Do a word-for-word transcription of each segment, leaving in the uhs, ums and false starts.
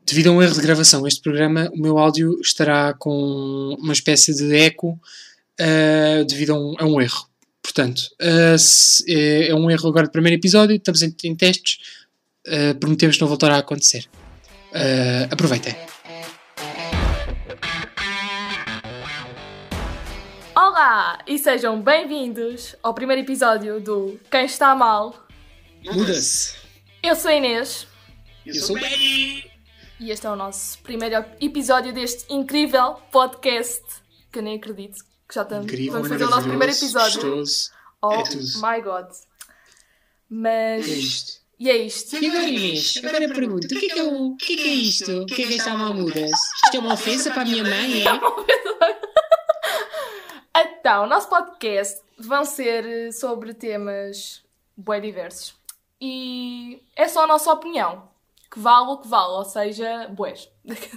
devido a um erro de gravação este programa, o meu áudio estará com uma espécie de eco uh, devido a um, a um erro. Portanto, uh, se, é, é um erro agora do primeiro episódio, estamos em, em testes, uh, prometemos que não voltará a acontecer. Uh, aproveitem. Olá e sejam bem-vindos ao primeiro episódio do Quem Está Mal Muda-se. Eu sou a Inês. Eu sou o Benny. E este é o nosso primeiro episódio deste incrível podcast, que eu nem acredito que já estamos. Incrível, Vamos fazer o nosso primeiro episódio. Gostoso. Oh é tudo. My God. Mas... É isto. E é isto. E agora, Inês, agora eu pergunto, o que é que é, o, o que é, que é isto? O que é que está mal mudas? Isto é uma ofensa para a minha mãe, é? Então, o nosso podcast vão ser sobre temas bem diversos. E é só a nossa opinião. Que vale o que vale, ou seja, bués.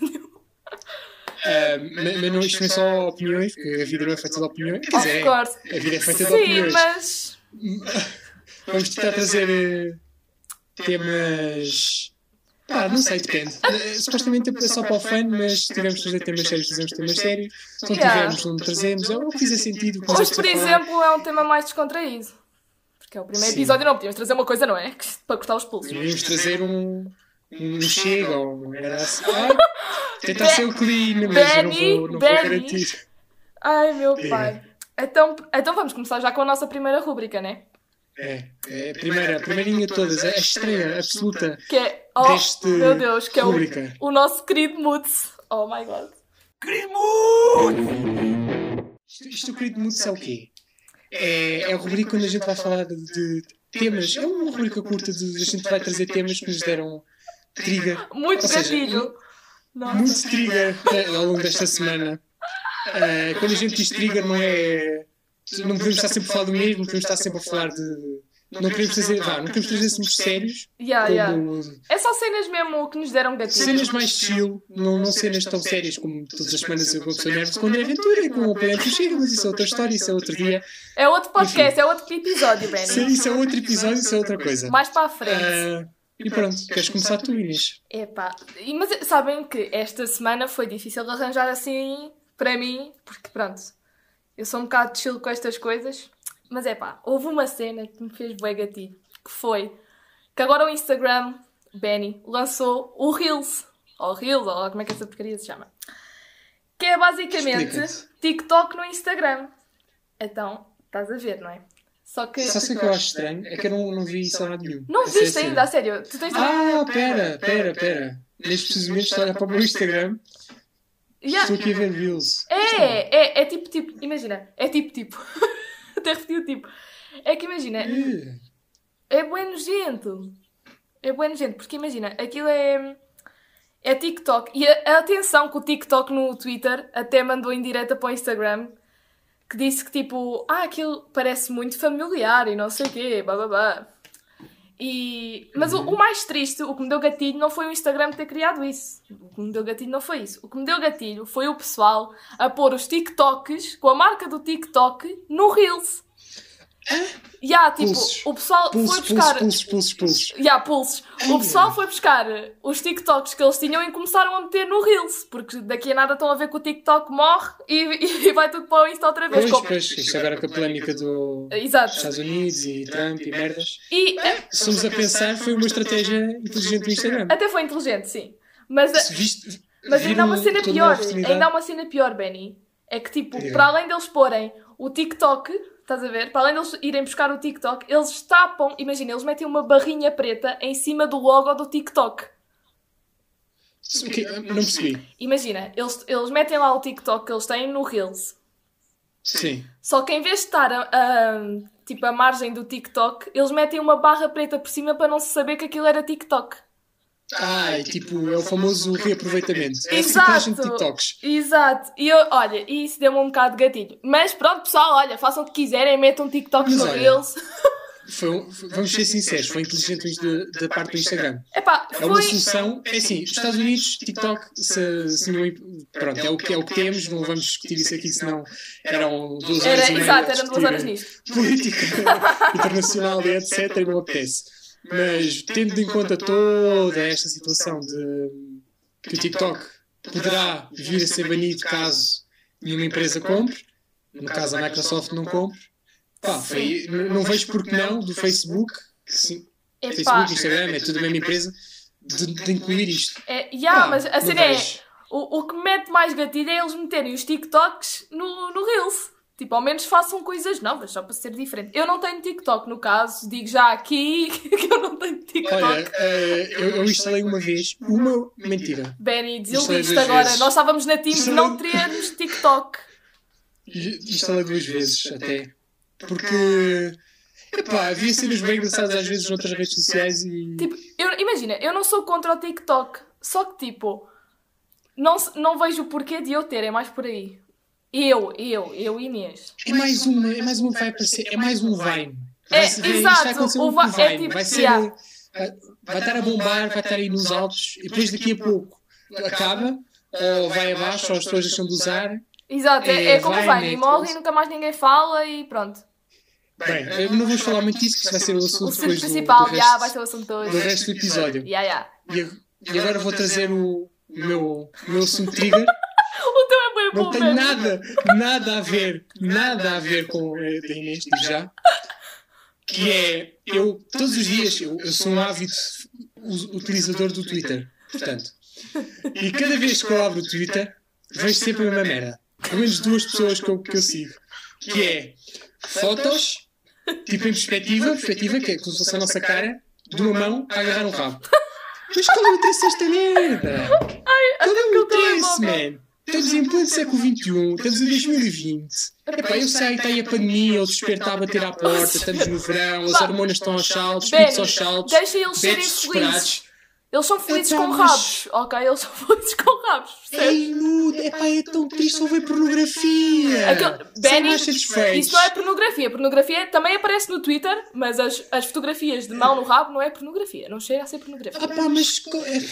Uh, mas mas não, isto não é só opiniões, porque a vida não é feita de opiniões. Quer dizer, Of course. a vida é feita de Sim, opiniões. mas... Vamos tentar trazer uh, temas... Ah, não sei, depende. Uh, supostamente é só para o fã, mas se tivermos de trazer temas sérios, trazemos temas sérios. Se não Yeah. tivermos, não trazemos. É o que fizer sentido. que Hoje, nos por apetece falar. exemplo, é um tema mais descontraído. Porque é o primeiro Sim. episódio, não podíamos trazer uma coisa, não é? Para cortar os pulsos. Podemos trazer um... Um chega ou um era assim. Ah, tentar ser o clean, mas eu não vou, não vou Benny. garantir. Ai, meu Diga. pai. Então, então vamos começar já com a nossa primeira rúbrica, né? É, é a primeira, a primeirinha de todas, a estreia absoluta Que é... Oh, deste meu Deus, que é rúbrica. o, o nosso querido Moods. Oh, my God. Isto, isto o querido muito é o quê? É, é a rubrica onde a gente vai falar de, de temas. É uma rubrica curta de a gente vai trazer temas que nos deram trigger. Muito Ou seja, gatilho. Nossa. muito trigger eh, ao longo desta semana. Eh, quando a gente diz trigger, não é. Não podemos estar sempre a falar do mesmo, não podemos estar sempre a falar de. Não queremos fazer. Vá, não queremos trazer assuntos sérios. Yeah, como yeah. É só cenas mesmo que nos deram gatilho. cenas mais chill, não, não cenas tão sérias como todas as semanas eu sou nervoso com a André Aventura e com o Apoiante Chega, mas isso é outra história, isso é outro dia. É outro podcast, é outro episódio, Benny. Isso, é- isso é outro episódio, isso é outra coisa. Mais para a frente. Ah, e pronto, queres começar tu, Inês? Epá, e, mas sabem que esta semana foi difícil de arranjar assim para mim, porque pronto, eu sou um bocado chill com estas coisas, mas epá, houve uma cena que me fez bué gatilho, que foi que agora o Instagram, Benny, lançou o Reels, ou Reels, ou como é que essa porcaria se chama, que é basicamente Explica-te. TikTok no Instagram. Então, estás a ver, não é? Só que... Só sei o que eu acho estranho, é que eu não, não vi isso a lado nenhum. Não Essa é a viste cena. ainda, a sério? Tu tens... Ah, pera, pera, pera. Neste preciso momento estou a olhar para o meu Instagram, Yeah. estou aqui a ver Reels. É, é, é tipo, tipo, imagina, é tipo, tipo, até repeti o tipo, é que imagina, Eh, é bué nojento, é bué nojento, porque imagina, aquilo é, é TikTok, e a, a atenção que o TikTok no Twitter até mandou em direta para o Instagram, que disse que tipo, ah, aquilo parece muito familiar e não sei o quê, blá blá blá. E... Mas o, o mais triste, o que me deu gatilho, não foi o Instagram ter criado isso. O que me deu gatilho não foi isso. O que me deu gatilho foi o pessoal a pôr os TikToks, com a marca do TikTok, no Reels. E há, tipo, Pulsos. o pessoal Pulsos, foi buscar... pulsos, pulsos, pulsos, pulsos. Yeah, pulsos. O Ai, pessoal ai. foi buscar os TikToks que eles tinham e começaram a meter no Reels. Porque daqui a nada estão a ver que o TikTok morre e, e vai tudo para o Insta outra vez. Pois, Como- pois, isto agora com a polémica do... dos Exato. Estados Unidos e Trump e merdas. E Se formos a pensar, foi uma estratégia inteligente do Instagram. até foi inteligente, sim. Mas... Se viste, Mas ainda há uma viram cena toda pior, oportunidade? ainda há uma cena pior, Benny. É que, tipo, Diga. para além deles porem o TikTok, estás a ver? Para além deles irem buscar o TikTok, eles tapam, imagina, eles metem uma barrinha preta em cima do logo do TikTok. O quê? Não percebi. Imagina, eles, eles metem lá o TikTok que eles têm no Reels. Sim. Só que em vez de estar a, a, tipo, a margem do TikTok, eles metem uma barra preta por cima para não se saber que aquilo era TikTok. Ai, tipo, é o famoso reaproveitamento. É a reciclagem de TikToks. Exato. E eu, olha, isso deu-me um bocado de gatilho. Mas pronto, pessoal, olha, façam o que quiserem, metam TikToks Mas no olha, Reels. Foi um- foi- vamos ser sinceros, foi inteligente isto da, da parte do Instagram. Epá, É uma foi... solução, é assim, os Estados Unidos, TikTok, se, se não, pronto, é o, que, é o que temos, não vamos discutir isso aqui, senão eram duas horas Era, e meia exato, a eram duas discutir horas nisto. política internacional e etcétera, e não apetece. Mas tendo em conta toda esta situação de, que o TikTok poderá vir a ser banido caso nenhuma empresa compre, no caso a Microsoft não compre. Pá, foi, não vejo porque não do Facebook, que sim, Epá. Facebook, Instagram, é tudo a mesma empresa, de, de incluir isto. É, yeah, Pá, mas a não cena é, vejo. o, o que me mete mais gatilho é eles meterem os TikToks no, no Reels. Tipo, ao menos façam coisas novas, só para ser diferente. Eu não tenho TikTok, no caso, digo já aqui que eu não tenho TikTok. Olha, eh, eu, eu instalei uma vez, uma mentira. Benny, Instalei desiludiste duas agora. vezes. Nós estávamos na team de Instalei- não termos TikTok. Instalei duas vezes até. Porque, epá, havia cenas bem engraçadas às vezes noutras redes sociais e... Tipo, eu, imagina, eu não sou contra o TikTok, só que tipo, não, se- não vejo o porquê de eu ter, é mais por aí. Eu, eu, eu Inês. É mais uma, é mais uma que vai aparecer, é mais um Vine. É, Vai, vai, exato, isto vai acontecer o um Vi- Vine. é tipo, vai ser, yeah. vai, vai estar a bombar, vai estar aí nos altos e depois daqui a pouco acaba, ou vai abaixo, ou as pessoas deixam de usar. Exato, é, É, é como vai, vai, né, e morre tudo. e nunca mais ninguém fala e pronto. Bem, eu não vamos falar muito disso, que isso vai ser o O assunto assunto depois do, principal, do, já, resto, vai ser o assunto de do hoje. resto do episódio. Yeah, yeah. E, ag- e agora vou trazer o, o meu, o meu assunto trigger. O teu é bem Não bom tem mesmo. nada, nada a ver, nada a ver com a da Inês, digo já. Que é, eu, todos os dias, eu, eu sou um ávido us- utilizador do Twitter, portanto. E cada vez que eu abro o Twitter, vejo sempre a mesma merda. Pelo menos duas pessoas que eu, que eu sigo. Que é fotos, tipo em perspectiva, perspectiva, que é como se fosse a nossa cara, de uma mão a agarrar um rabo. Mas qual é o interesse desta merda? Qual é o interesse, man? Estamos em pleno século vinte e um, estamos em dois mil e vinte. Epá, eu sei, está aí a pandemia, o desespero está a bater à porta, estamos no verão, as hormonas estão aos saltos, Benny, espíritos aos saltos, deixa eles serem betos felizes. desesperados. Eles são felizes Epá, com mas- rabos, ok? Eles são felizes com rabos, É percebes? inudo, epá, é tão triste só ver pornografia. Aquele- São Benny, mais satisfeitos. isso não é pornografia. Pornografia também aparece no Twitter, mas as, as fotografias de mão no rabo não é pornografia. Não chega a ser pornografia. Ah pá, mas... co- é-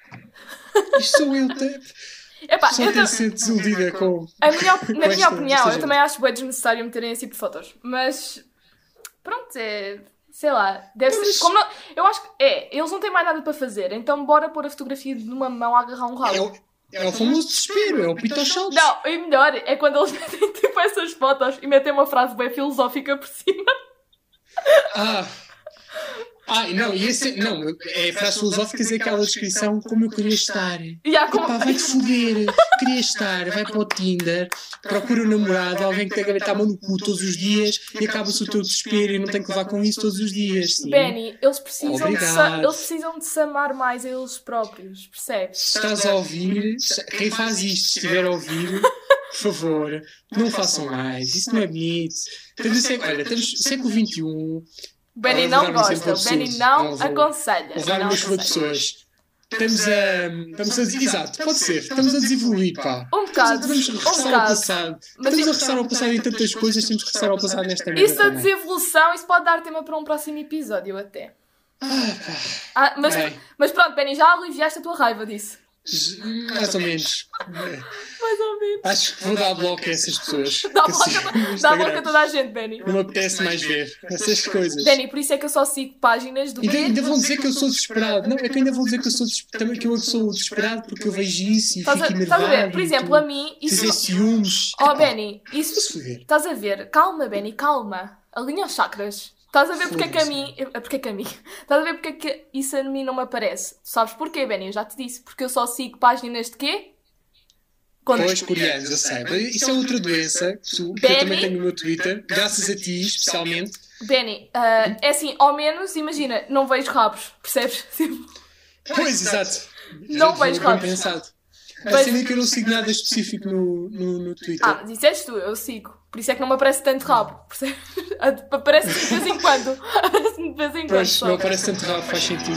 Isto sou eu, te- Epá, só eu tenho tam- de ser desiludida com... a minha, op- na minha esta- opinião, esta eu gente. também acho bem desnecessário meterem esse tipo de fotos. Mas, pronto, é... Sei lá, deve Mas- ser... Como não, eu acho que é, eles não têm mais nada para fazer, então bora pôr a fotografia de uma mão a agarrar um rabo. É o, é o famoso desespero, é o pito aos saltos. Não, e melhor é quando eles metem tipo essas fotos e metem uma frase bem filosófica por cima. Ah, ah não, e esse, não, é frases filosóficas é aquela descrição como eu queria estar. E há como... Epá, vai-te foder, queria estar, vai para o Tinder, procura um namorado, alguém que te agarra a mão no cu todos os dias e acaba-se o teu desespero e não tem que levar com isso todos os dias. Sim. Benny, eles precisam, de se, Obrigado. eles precisam de se amar mais a eles próprios, percebes? Se estás a ouvir, se- quem faz isto, se estiver a ouvir, por favor, não façam mais, isso não é bonito. Estamos, em sé- olha, estamos século vinte e um, Benny Ah, não levaram-me sempre gosta, a Benny pessoas. não Não vou- aconselha. levar não uma chuva de aconselha. pessoas. Estamos a. Estamos a. Exato, pode ser. Estamos a desenvolver, pá. Um bocado, Vamos um regressar ao bocado. passado. Mas Estamos a isso- regressar ao passado em tantas coisas, temos que regressar ao passado nesta merda. Isso da também. desevolução, isso pode dar tema para um próximo episódio até. Ah, pá. Ah, mas, Bem. mas pronto, Benny, já aliviaste a tua raiva disso. Mais ou menos. Mais ou menos. Acho que vou dar bloco a essas pessoas. Dá que eu sigo no bloco, dá Instagram. bloco a toda a gente, Benny. Não me apetece mais ver essas coisas. Benny, por isso é que eu só sigo páginas do Ainda, quê? ainda vão dizer que eu sou desesperado. Não, é que ainda vão dizer que eu sou, des- também que eu sou desesperado porque eu vejo isso e Estás a, fico estás a ver? enervado. Por e exemplo, tu- a mim, isso... Fazer ciúmes. Oh, Epá, Benny, vou-se isso... foder. Estás a ver? Calma, Benny, calma. Alinha os chakras. Estás a ver porque é que a Foda-se. mim... eh, Porque é que a mim... Estás a ver porque é que isso a mim não me aparece. Tu sabes porquê, Benny? Eu já te disse. Porque eu só sigo páginas de quê? Quando- Pois, coreanos, eu sei. Mas isso é outra doença que tu- que Benny? eu também tenho no meu Twitter, graças a ti, especialmente. Benny, ah, é assim, ao menos, imagina, não vejo rabos, percebes? Tipo, Pois, exato. Não Já vejo bem rabos. pensado. A Vejo- cena é que eu não sigo nada específico no, no, no Twitter. ah, mas isso és tu, eu sigo. Por isso é que não me aparece tanto rabo, percebes? Aparece-me de vez em quando. Aparece-me de vez em quando Pois, só. não parece tanto raro, faz sentido.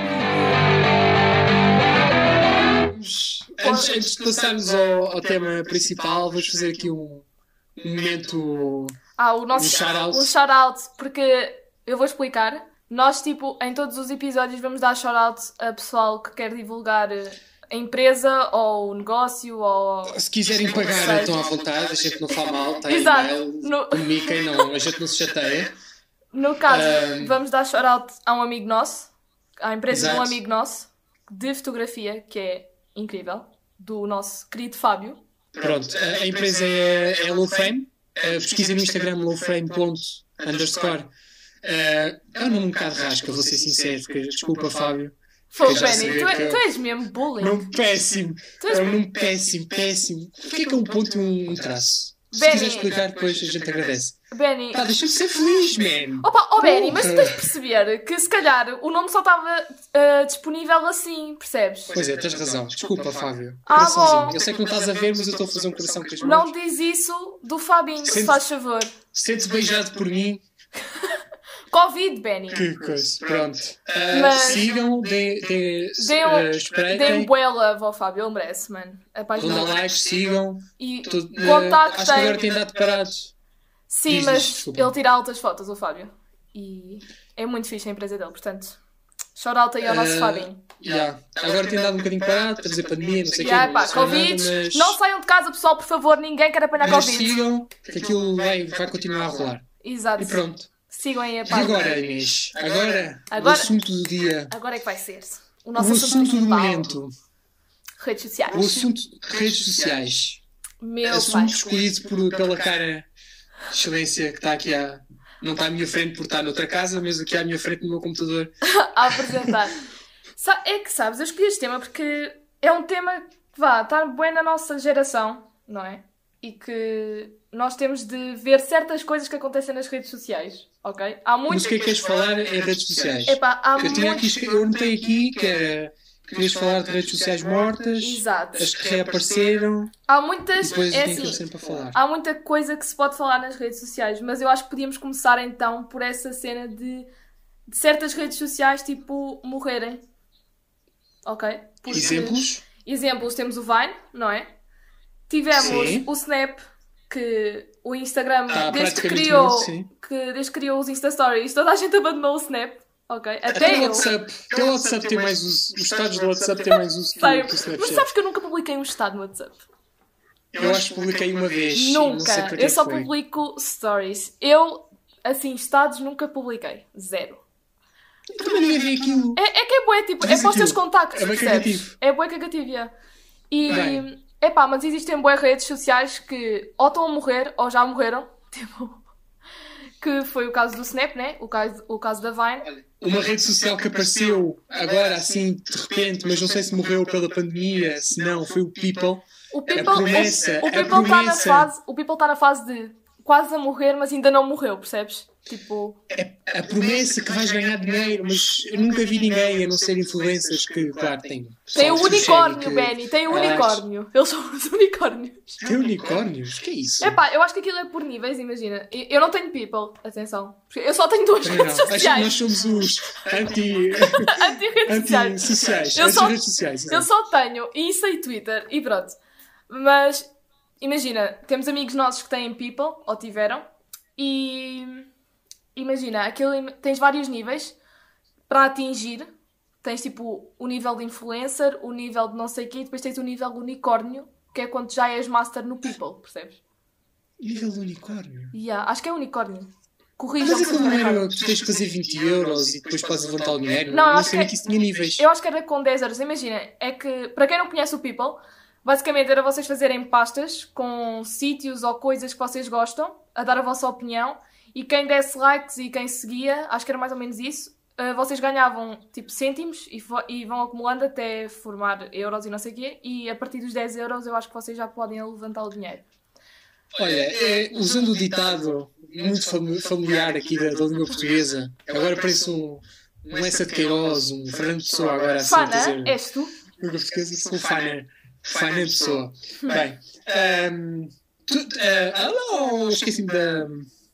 Antes, antes de passarmos ao, ao tema principal, vamos fazer aqui um, um momento. Ah, o nosso Um shout-out. um shout-out, porque eu vou explicar. Nós, tipo, em todos os episódios vamos dar shout-out a pessoal que quer divulgar eh, a empresa ou o negócio ou... Se quiserem pagar, Sei. estão à vontade, a gente não fala mal, está Exato. e-mail, No- comuniquem, não, a gente não se chateia. No caso, Ahm. vamos dar shout-out a um amigo nosso, à empresa de um Exato. amigo nosso, de fotografia, que é incrível, do nosso querido Fábio. Pronto, a, a empresa é, é Lowframe. Uh, pesquisa no Instagram lowframe ponto underscore. Uh, é um nome um bocado rasca, vou ser sincero. Porque, desculpa, Fábio. Pô, Benny, tu, é, tu és mesmo bullying. Nome péssimo. és... É um nome péssimo, péssimo. Porquê que é um ponto e um, um traço? Se Benny, quiser explicar depois, a gente agradece. Benny... Pá, deixa-me ser feliz, man. Opa, oh Benny, mas tu tens de perceber que se calhar o nome só estava uh, disponível assim, percebes? Pois é, tens razão. Desculpa, Fábio. Ah, bom. Eu sei que não estás a ver, mas eu estou a fazer um coração com as mãos. Não diz isso do Fabinho, se Sente... faz favor. Sente-se beijado por mim. Covid, Benny. Que coisa. Pronto. Uh, Mas... Sigam, deem de, de, uh, espreitem. Deem bué love ao Fábio, ele merece, mano. Vão dar like, sigam. E Tô, uh, contactem. Acho que agora tem dado parado. Sim, diz, mas diz, ele tira altas fotos, o Fábio. E é muito fixe a empresa dele, portanto, shout out aí ao nosso uh, Fabinho. Yeah. Agora tem dado um bocadinho parado, para dizer pandemia, não sei o yeah, quê. Pá, Covid, nada, mas... não saiam de casa, pessoal, por favor, ninguém quer apanhar mas Covid. Sigam, que aquilo vai, vai continuar a rolar. Exato. E pronto. Sigam aí a página. E agora, Inês? Agora, agora, o assunto do dia. Agora é que vai ser. O nosso o assunto, assunto do momento. Redes sociais. O assunto de redes sociais. Meu assunto pai. escolhido por, pela cara de excelência que está aqui à... Não está à minha frente por estar noutra casa, mas aqui à minha frente no meu computador. A apresentar. É que sabes, eu escolhi este tema porque é um tema que vá, está bem na nossa geração, não é? E que nós temos de ver certas coisas que acontecem nas redes sociais, ok? Há muito... Mas o que é que queres falar em redes sociais? Epá, há eu, muito... tinha aqui, eu anotei aqui que era... Querias falar de redes sociais mortas, exato, as que reapareceram. Há muitas... Depois é assim, assim, para falar. há muita coisa que se pode falar nas redes sociais, mas eu acho que podíamos começar então por essa cena de, de certas redes sociais, tipo, morrerem. Ok? Porque... Exemplos? Exemplos, temos o Vine, não é? Tivemos sim. o Snap, que o Instagram, tá, desde, que criou, que desde que criou os Insta Stories, toda a gente abandonou o Snap. Ok, até, até eu. o WhatsApp, até o WhatsApp tem mais uso. Os estados do WhatsApp têm mais uso que, Sei, que o Snapchat. Mas sabes que eu nunca publiquei um estado no WhatsApp? Eu acho que publiquei uma vez. Nunca. Não sei eu só foi. publico stories. Eu, assim, estados nunca publiquei. Zero. Também ninguém vê aquilo. É, é que é bué, tipo, é para os teus contactos, é bué cagativo. É bué cagativo, yeah. E, epá, mas existem bué redes sociais que ou estão a morrer ou já morreram. Tipo, que foi o caso do Snap, né? O caso, o caso da Vine. Uma rede social que apareceu agora, assim, de repente, mas não sei se morreu pela pandemia, se não, foi o People. O People, a promessa, o, o People está na fase, o People está na fase de quase a morrer, mas ainda não morreu, percebes? Tipo... A, a promessa que vais ganhar dinheiro, mas eu nunca vi ninguém, a não ser influencers que, claro, tem... Tem o unicórnio, que... Benny, tem o ah, unicórnio. Eles são os unicórnios. Tem unicórnios? Que é isso? Epá, eu acho que aquilo é por níveis, imagina. Eu não tenho People, atenção. Eu só tenho duas redes sociais. Acho que nós somos os anti... anti-redes sociais. Anti-sociais. Eu, só, sociais, eu só tenho Insta e Twitter e pronto. Mas, imagina, temos amigos nossos que têm People, ou tiveram, e... Imagina, aquilo, tens vários níveis para atingir. Tens tipo o nível de influencer, o nível de não sei o quê, e depois tens o nível de unicórnio, que é quando já és master no People, percebes? Nível de unicórnio? Yeah, acho que é unicórnio. Corrijam. Mas aquilo não era que tu tens que fazer vinte euros e depois podes levantar o dinheiro? Não, eu não acho sei que, que isso tinha níveis. Eu acho que era com dez euros. Imagina, é que, para quem não conhece o People, basicamente era vocês fazerem pastas com sítios ou coisas que vocês gostam, a dar a vossa opinião. E quem desse likes e quem seguia, acho que era mais ou menos isso, uh, vocês ganhavam tipo cêntimos e, e vão acumulando até formar euros e não sei o quê. E a partir dos dez euros eu acho que vocês já podem levantar o dinheiro. Olha, é, usando o ditado muito familiar aqui da, da língua portuguesa, agora parece um, um Lessa de Queiroz, um Fernando Pessoa agora assim. Fana, dizer, és tu? Língua portuguesa, sou um Fana. Fana Pessoa. Bem, um, tu, uh, alô, esqueci-me da...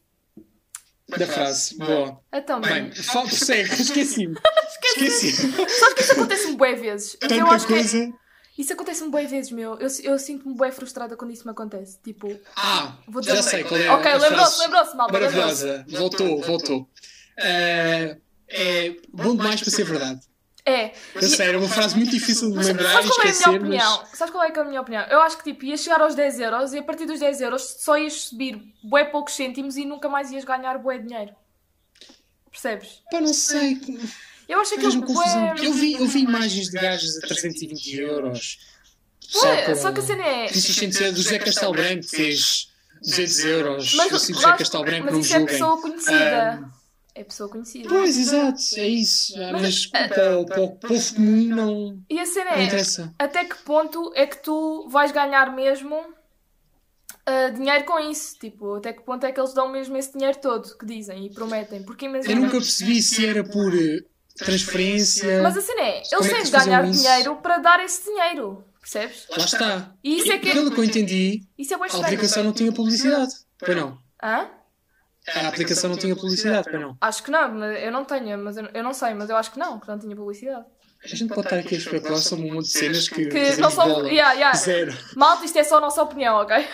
Da frase, boa. Então, bem, fala, prossegue, esqueci-me. Esqueci-me. Sabes que isso acontece-me bué vezes. Tanta eu acho coisa. Que é... Isso acontece-me bué vezes, meu. Eu, eu sinto-me bué frustrada quando isso me acontece. Tipo... Ah, vou dizer já sei qual é. Ok, lembrou-se, lembrou-se, malta. Maravilhosa. Voltou, voltou. Uh, é bom demais para ser verdade. É. Eu sei, era uma frase muito difícil de lembrar e esquecer, Sabes qual é a minha mas... opinião? Sabes qual é, que é a minha opinião? Eu acho que tipo, ias chegar aos dez euros e a partir dos dez euros só ias subir bué poucos cêntimos e nunca mais ias ganhar bué dinheiro. Percebes? Pá, não sei. Eu acho que Faz-me aquilo confusão. é... Eu vi, eu vi imagens de gajas a trezentos e vinte euros. Ué, só que a cena é... Isso sem dizer do José Castelo Branco que fez duzentos euros. Mas, eu sigo lá- José Castelo Branco, mas não me isso é julguem. pessoa conhecida. Ah, É pessoa conhecida. Pois, exato, é isso. Ah, Mas para, o- para o povo comum não, E a cena não é, interessa. até que ponto é que tu vais ganhar mesmo ah, dinheiro com isso? Tipo, até que ponto é que eles dão mesmo esse dinheiro todo que dizem e prometem? Porque Eu imagina... nunca percebi se era por eh, transferência. Mas a cena é, eles Como é que têm eles de ganhar faziam isso? dinheiro para dar esse dinheiro. Percebes? Lá está. E isso é que é... Pelo que eu entendi, Isso é bem a estranho. aplicação não tinha publicidade. Pois não. Hã? A aplicação não tinha publicidade, pois não. Acho que não, mas eu não tenho, mas eu, eu não sei, mas eu acho que não, que não tinha publicidade. A gente pode estar aqui a especular sobre um monte de cenas que, Que não fazemos são... bola. Yeah, yeah. Zero. Malta, isto é só a nossa opinião, ok?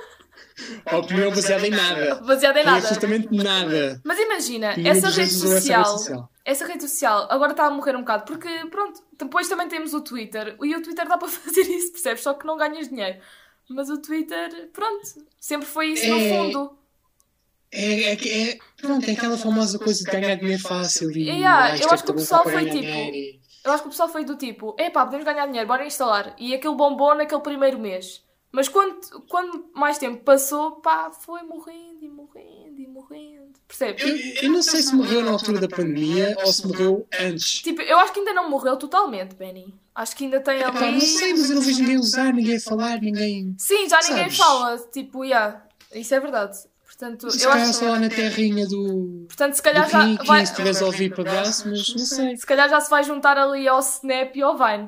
A opinião baseada em nada. Baseada em Em nada. absolutamente nada. Mas imagina, Nenhuma essa das rede, vezes usou essa social, rede social. essa rede social agora está a morrer um bocado, porque pronto, depois também temos o Twitter, e o Twitter dá para fazer isso, percebes? Só que não ganhas dinheiro. Mas o Twitter, pronto, sempre foi isso no É- fundo. É, é, é, pronto, é aquela famosa coisa de ganhar dinheiro fácil e Yeah, ah, eu isto é acho que o tão bom pessoal para foi ganhar tipo- dinheiro e- Eu acho que o pessoal foi do tipo, epá, podemos ganhar dinheiro, bora instalar. E aquilo bombou naquele primeiro mês. Mas quando, quando mais tempo passou, pá, foi morrendo e morrendo e morrendo. Percebes? Eu, eu não sei se morreu na altura da pandemia ou se morreu antes. Tipo, eu acho que ainda não morreu totalmente, Benny. Acho que ainda tem Epá, ali... não sei, mas eu não vejo ninguém usar, ninguém falar, ninguém. Sim, já ninguém Sabes? fala. Tipo, yeah, isso é verdade. Portanto, Se eu calhar acho... só lá na terrinha do. Portanto, se do calhar já Kiki, vai... se estiveres a ouvir para braço, mas não sei. Se calhar já se vai juntar ali ao Snap e ao Vine.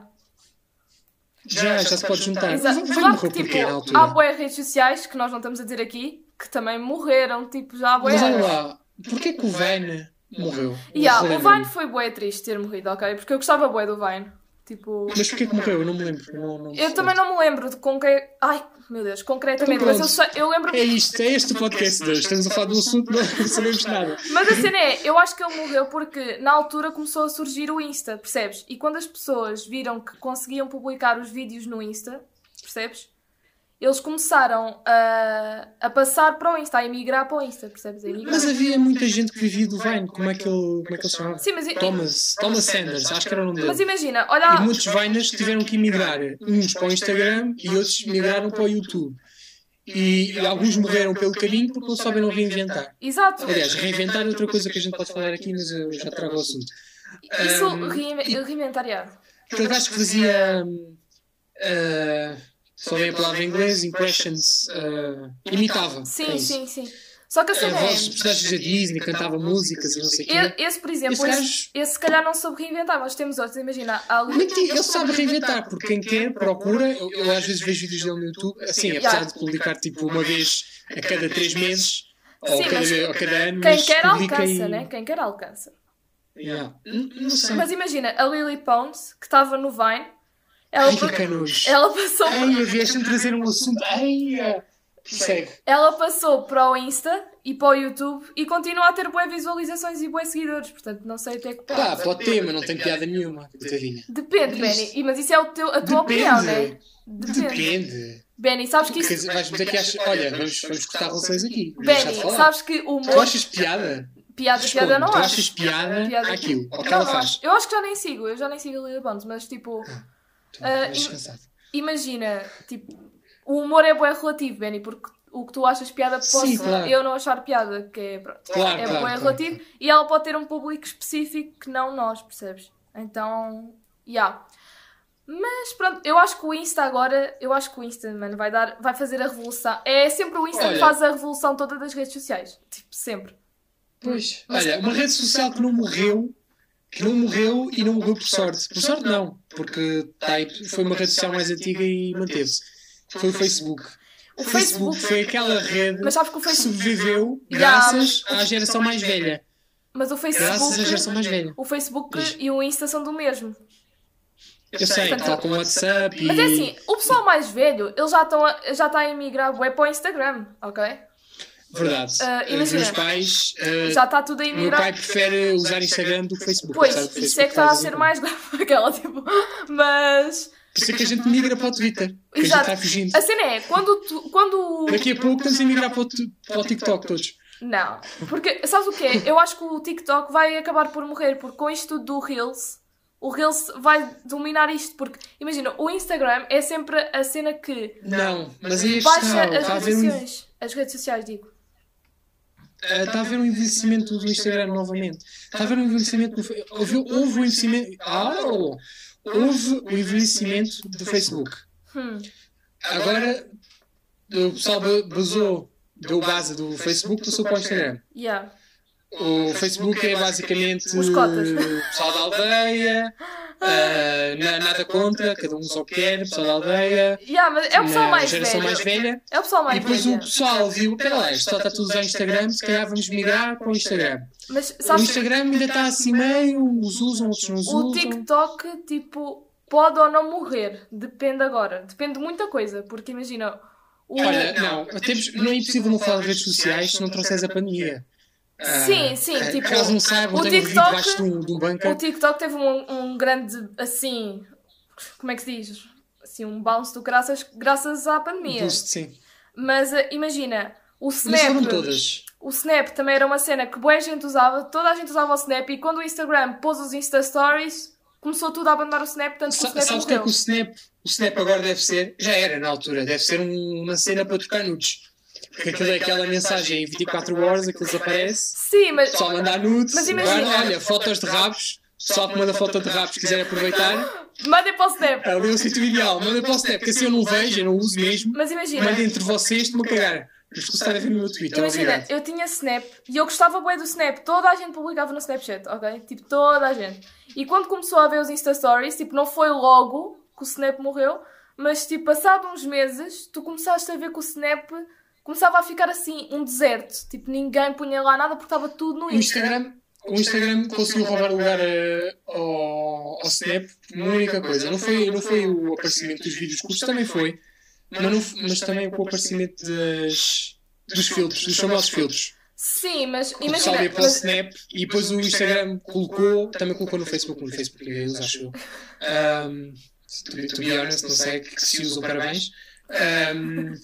Já, já se pode juntar. Exato. Vai Claro morrer que, tipo, porquê na há altura? bué redes sociais, que nós não estamos a dizer aqui, que também morreram, tipo, já há bué Mas olha anos. lá, porquê que o Vine morreu? Yeah, o Relembra-me. Vine foi bué triste ter morrido, ok? Porque eu gostava bué do Vine. Tipo... Mas porquê que morreu? Eu não me lembro. Não, não Eu também não me lembro de com que... Ai, meu Deus, concretamente. Então Mas eu, pronto. sei, eu lembro... É isto, é este o podcast de hoje. Estamos a falar do assunto, não sabemos nada. Mas a cena é, eu acho que ele morreu porque na altura começou a surgir o Insta, percebes? E quando as pessoas viram que conseguiam publicar os vídeos no Insta, percebes? Eles começaram a, a passar para o Insta, a emigrar para o Insta, percebes? A emigrar. Mas havia muita gente que vivia do Vine. Como é que ele, como é que ele se chamava? Sim, mas, Thomas, Thomas Sanders, acho que era o nome mas dele. imagina, olha... E muitos Viners tiveram que emigrar. Uns para o Instagram e outros migraram para o YouTube. E, e alguns morreram pelo caminho porque não souberam reinventar. Exato. Aliás, reinventar é outra coisa que a gente pode falar aqui, mas eu já trago o assunto. Isso, Um, reinve- reinventar, yeah. Aquele gajo que fazia. hum, ah, só vem a palavra em inglês, impressions. ah, imitava. Sim, é isso. sim, sim. Só que a A cena voz dos é... personagens da Disney, cantava músicas e não sei o quê. e- Esse, por exemplo, Esse esse, gajo- esse se calhar não soube reinventar, mas temos outros, imagina, há ali... Mentira, ele sabe reinventar, porque quem quer procura. Eu, eu às vezes vejo vídeos dele no YouTube, assim, apesar de publicar tipo uma vez a cada três meses, ou Sim, cada, mas ou cada ano, Quem mas quer publica alcança, e- né? Quem quer alcança. Yeah. N- Não sei. Mas imagina, a Lily Pons, que estava no Vine, ela, Ai, que canojo. ela, passou, Ai, vieste-me trazer um assunto. Ai, segue. ela passou para o Insta e para o YouTube e continua a ter boas visualizações e boas seguidores, portanto não sei até que ponto. Pá, pode ter, mas não tem piada nenhuma, coitadinha. Depende, Benny, e- mas isso é o teu, a tua Depende. opinião, né? Depende. Depende. Benny, sabes que Quer isso... dizer, vais dizer que achas. Olha, vamos, vamos cortar relações aqui. Vamos deixar Benny, de falar. sabes que o Tu humor... achas piada? Piada, Responde, piada não tu acho. achas piada, Piada- àquilo, ao que Não, ela não faz? acho. Eu acho que já nem sigo, eu já nem sigo a Lily Pons, mas tipo... Tu Ah, és im- descansado. Imagina, tipo, o humor é bué relativo, Benny, porque o que tu achas piada posso Sim, claro. eu não achar piada, que é, pronto, Claro, é claro, bué claro, relativo, e ela pode ter um público específico que não nós, percebes? Então, yeah. Mas pronto, eu acho que o Insta agora, eu acho que o Insta, mano, vai dar, vai fazer a revolução. É sempre o Insta que Olha. faz a revolução toda das redes sociais, tipo, sempre. Pois. Olha, uma rede social que não morreu, que não morreu e não morreu por sorte. Por sorte não, porque tá aí, foi uma rede social mais antiga e manteve-se. Foi o Facebook. O Facebook foi aquela rede Mas sabes que o que Facebook, sobreviveu Yeah, graças à geração mais velha. mas o Graças à Facebook, geração mais velha. o Facebook Diz. e o Insta são do mesmo. Eu sei, Portanto, tal como o WhatsApp e... Mas é assim, o pessoal mais velho, ele já está a, já tá a emigrar bué para o Instagram, ok? Verdade. Ah, Os imagina. meus pais... ah, Já está tudo a o meu emigrar. pai prefere usar Instagram do que Facebook. Pois, apesar do isso é Facebook que está a faz ser um- mais grave aquela, tipo. Mas. Por isso é que a gente migra para o Twitter. Que a gente Exato. está fugindo. A cena é, quando. Tu, quando Daqui a pouco estamos a migrar para o, tu- para o TikTok todos. Não, porque sabes o que é? Eu acho que o TikTok vai acabar por morrer, porque com isto tudo do Reels, o Reels vai dominar isto, porque imagina, o Instagram é sempre a cena que Não, mas aí baixa está, as está a redes haver um, sociais. As redes sociais, digo. eh, está a haver um envelhecimento do Instagram novamente. Está a haver um envelhecimento do Fe- houve, houve um envelhecimento. Ah, houve o envelhecimento do Facebook. Hum. Agora o pessoal ba- basou, deu base do Facebook, passou para o Instagram. Yeah. O Facebook é basicamente Os cotas. o pessoal da aldeia, ah, na- nada contra, cada um usa o que quer, o pessoal da aldeia, Yeah, mas é o pessoal na mais geração velho. mais velha. É o pessoal mais E depois velho. o pessoal viu, pera lá, isto só está tudo a usar Instagram, se calhar vamos migrar para o Instagram. Mas O sabes, Instagram ainda está assim meio, uns usam, outros não o usam. TikTok, tipo, pode ou não morrer. Depende agora. Depende de muita coisa. Porque imagina... O... Olha, não, temos, não é impossível não falar de redes sociais se não trouxeres a pandemia. Sim, sim, Ah, tipo... caso não saibam, o tenho vivido TikTok- debaixo de um, de um bunker. O TikTok teve um, um grande, assim... Como é que se diz? Assim, um bounce do graças, graças à pandemia. Boost, sim. Mas uh, imagina, o Mas Snap... foram todas. O Snap também era uma cena que boa gente usava. Toda a gente usava o Snap. E quando o Instagram pôs os Insta Stories, começou tudo a abandonar o Snap. Tanto que o Sa- Snap Sabes o que é morreu. que o Snap, o Snap agora deve ser? Já era na altura, deve ser um- uma cena para trocar nudes. Porque aquilo é aquela mensagem em vinte e quatro horas, aquilo desaparece. Sim, mas... Só mandar nudes, Mas imagina- agora, olha, fotos de rabos. Só que manda foto de rabos, se quiser aproveitar. Mandem para o Snap. Ali é o sítio ideal, manda para o Snap, porque assim eu não vejo, eu não uso mesmo. Mas imagina... Manda entre vocês, estou-me a cagar. Mas tu estás a ver no meu Twitter, Imagina, obrigado. eu tinha Snap e eu gostava bué do Snap. Toda a gente publicava no Snapchat, ok? Tipo, toda a gente. E quando começou a ver os Insta Stories, tipo, não foi logo que o Snap morreu, mas, tipo, passado uns meses, tu começaste a ver que o Snap começava a ficar assim, um deserto. Tipo, ninguém punha lá nada porque estava tudo no O Insta. Instagram, o Instagram conseguiu roubar lugar eh, ao, ao Snap por uma única coisa. Não foi, não foi o aparecimento dos vídeos curtos, também foi. Mas, não, f- mas também com o aparecimento das, dos filtros, dos famosos filtros. Sim, mas O pessoal imagina... ia para o Mas, Snap e depois o Instagram colocou, também colocou no Facebook, no Facebook ninguém usa, acho eu. Um, to, be, to be honest, não sei que se usam, parabéns. Um,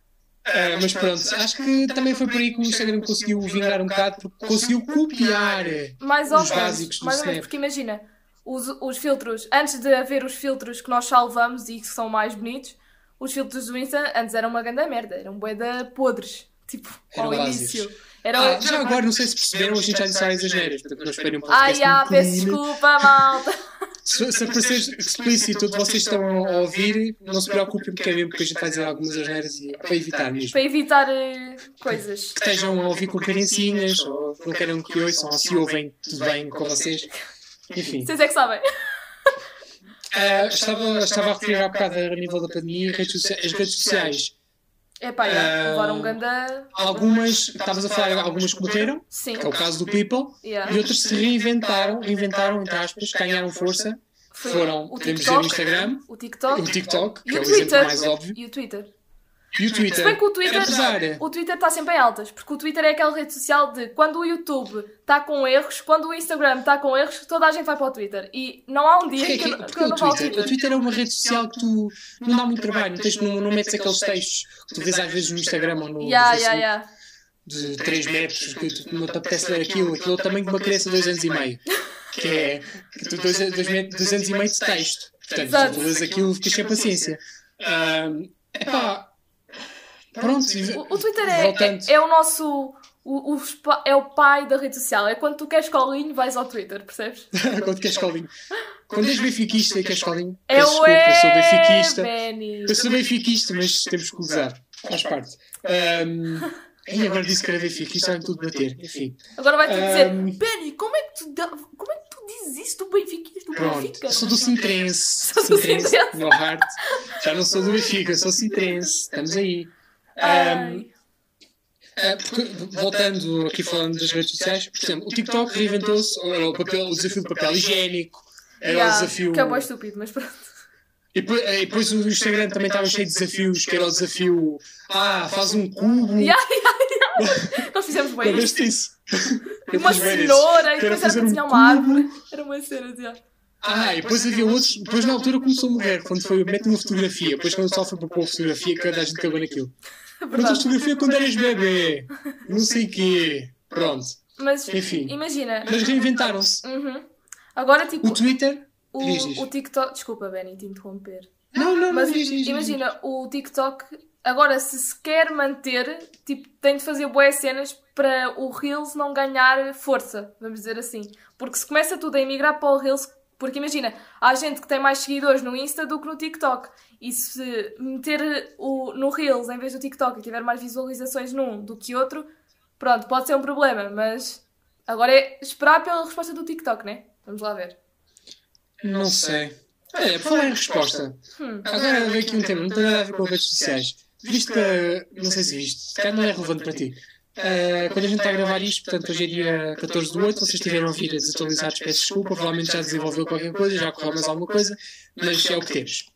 ah, mas pronto, acho que também foi por aí que o Instagram conseguiu vingar um bocado, porque conseguiu copiar mais ou os menos, básicos do mais ou menos, Snap. porque imagina, os, os filtros, antes de haver os filtros que nós salvamos e que são mais bonitos, os filtros do Insta antes eram uma grande merda, eram bué de podres, tipo, ao Eram início. básicos. Era Ah, já agora, não sei se perceberam, a gente já disse várias asneiras, portanto não esperem um Ai, podcast ah, muito peço clean. desculpa, malta. Se, se aparecer explícito o que vocês estão a ouvir, não se preocupem, porque é mesmo que a gente vai dizer algumas asneiras e para evitar mesmo. Para evitar eh, coisas. Que estejam a ouvir com criancinhas, ou não queiram que ouçam, ou se ouvem, tudo bem com vocês. Enfim. Vocês é que sabem. Ah, estava, estava a referir há bocado a nível da pandemia, redes socia- as redes sociais. Epá, já, Ah, levaram um ganda... Algumas, estavas a falar, algumas que morreram, Sim. que é o caso do People, Yeah. e outras se reinventaram, inventaram, entre aspas, ganharam força. Foi Foram, o podemos dizer, o TikTok, Instagram, o TikTok, o TikTok, e que é o o exemplo Twitter. mais óbvio, E o Twitter. e o Twitter. Se bem que o Twitter, Apesar, o Twitter está sempre em altas, porque o Twitter é aquela rede social de quando o YouTube está com erros, quando o Instagram está com erros, toda a gente vai para o Twitter. E não há um dia porque, é que, que, eu, que porque eu o não vá ao Twitter, Twitter. o Twitter é uma rede social que tu não dá muito trabalho, não, tens, não, não metes aqueles textos que tu vês às vezes no Instagram ou no, Yeah, no yeah, Facebook yeah. de três metros, que tu não te apetece ler aquilo, aquilo é o tamanho de uma criança de dois anos e meio, que é que tu dois, dois, dois anos e meio de texto. Portanto, Exato. tu lês aquilo, ficas sem paciência. Um, epá, pronto, O, o Twitter é, voltando. é, é o nosso... O, o spa- é o pai da rede social. É quando tu queres colinho, vais ao Twitter, percebes? Quando queres colinho. Quando és benfiquista e queres colinho, É peço o desculpa, eu sou é, benfiquista. Benny. Eu sou benfiquista, mas temos que usar. Faz parte. Um, e agora disse que era benfiquista, vai tudo bater. Enfim. Agora vai-te dizer, Um, Benny, como é que tu dá, como é que tu dizes isso do Benfica e do Pronto, Benfica? eu sou do Sintrense. Sou do Sintrense, Sintrense. no heart. Já não sou do Benfica, sou Sintrense. Estamos aí. Um, Ai. Uh, porque, voltando aqui falando das redes sociais, por exemplo, o TikTok reinventou-se, era o, papel, o desafio do papel higiênico, era Yeah, o desafio. que é bem estúpido, mas pronto. E depois, e depois o Instagram também estava cheio de desafios, que era o desafio. Ah, faz um cubo. Yeah, yeah, yeah. Nós fizemos bem Lembras-te disso? Eu uma fiz bem isso. cenoura e Que era depois era fazer para um desenhar uma cubo. árvore. Era uma cena, já. Ah, e depois havia outros. Depois na altura começou a morrer, quando foi. Mete uma fotografia. Depois quando só foi para pôr a fotografia, que a gente cagou naquilo. Mete a fotografia quando eras bebê. Não sei o quê. Pronto. Mas, enfim. Imagina. Mas reinventaram-se. Uhum. Agora, tipo. O Twitter. O, diz, diz. o TikTok. Desculpa, Benny, te interromper. Não, não, Mas não. Diz, diz, imagina, diz. o TikTok. Agora, se se quer manter, tipo, tem de fazer boas cenas para o Reels não ganhar força, vamos dizer assim. Porque se começa tudo a emigrar para o Reels, porque imagina, há gente que tem mais seguidores no Insta do que no TikTok. E se meter o, no Reels em vez do TikTok e tiver mais visualizações num do que outro, pronto, pode ser um problema, mas agora é esperar pela resposta do TikTok, né? Vamos lá ver. Não sei. Olha, por falar em resposta. Hum. Agora veio aqui um tema, não tem nada a ver com redes sociais. Visto que, não sei se viste, se calhar não é relevante para ti. Uh, quando a gente está a gravar isto, portanto, hoje é dia catorze de oito, vocês estiveram a ouvir desatualizados, peço desculpa, provavelmente já desenvolveu qualquer coisa, já correu mais alguma coisa, mas é o que temos.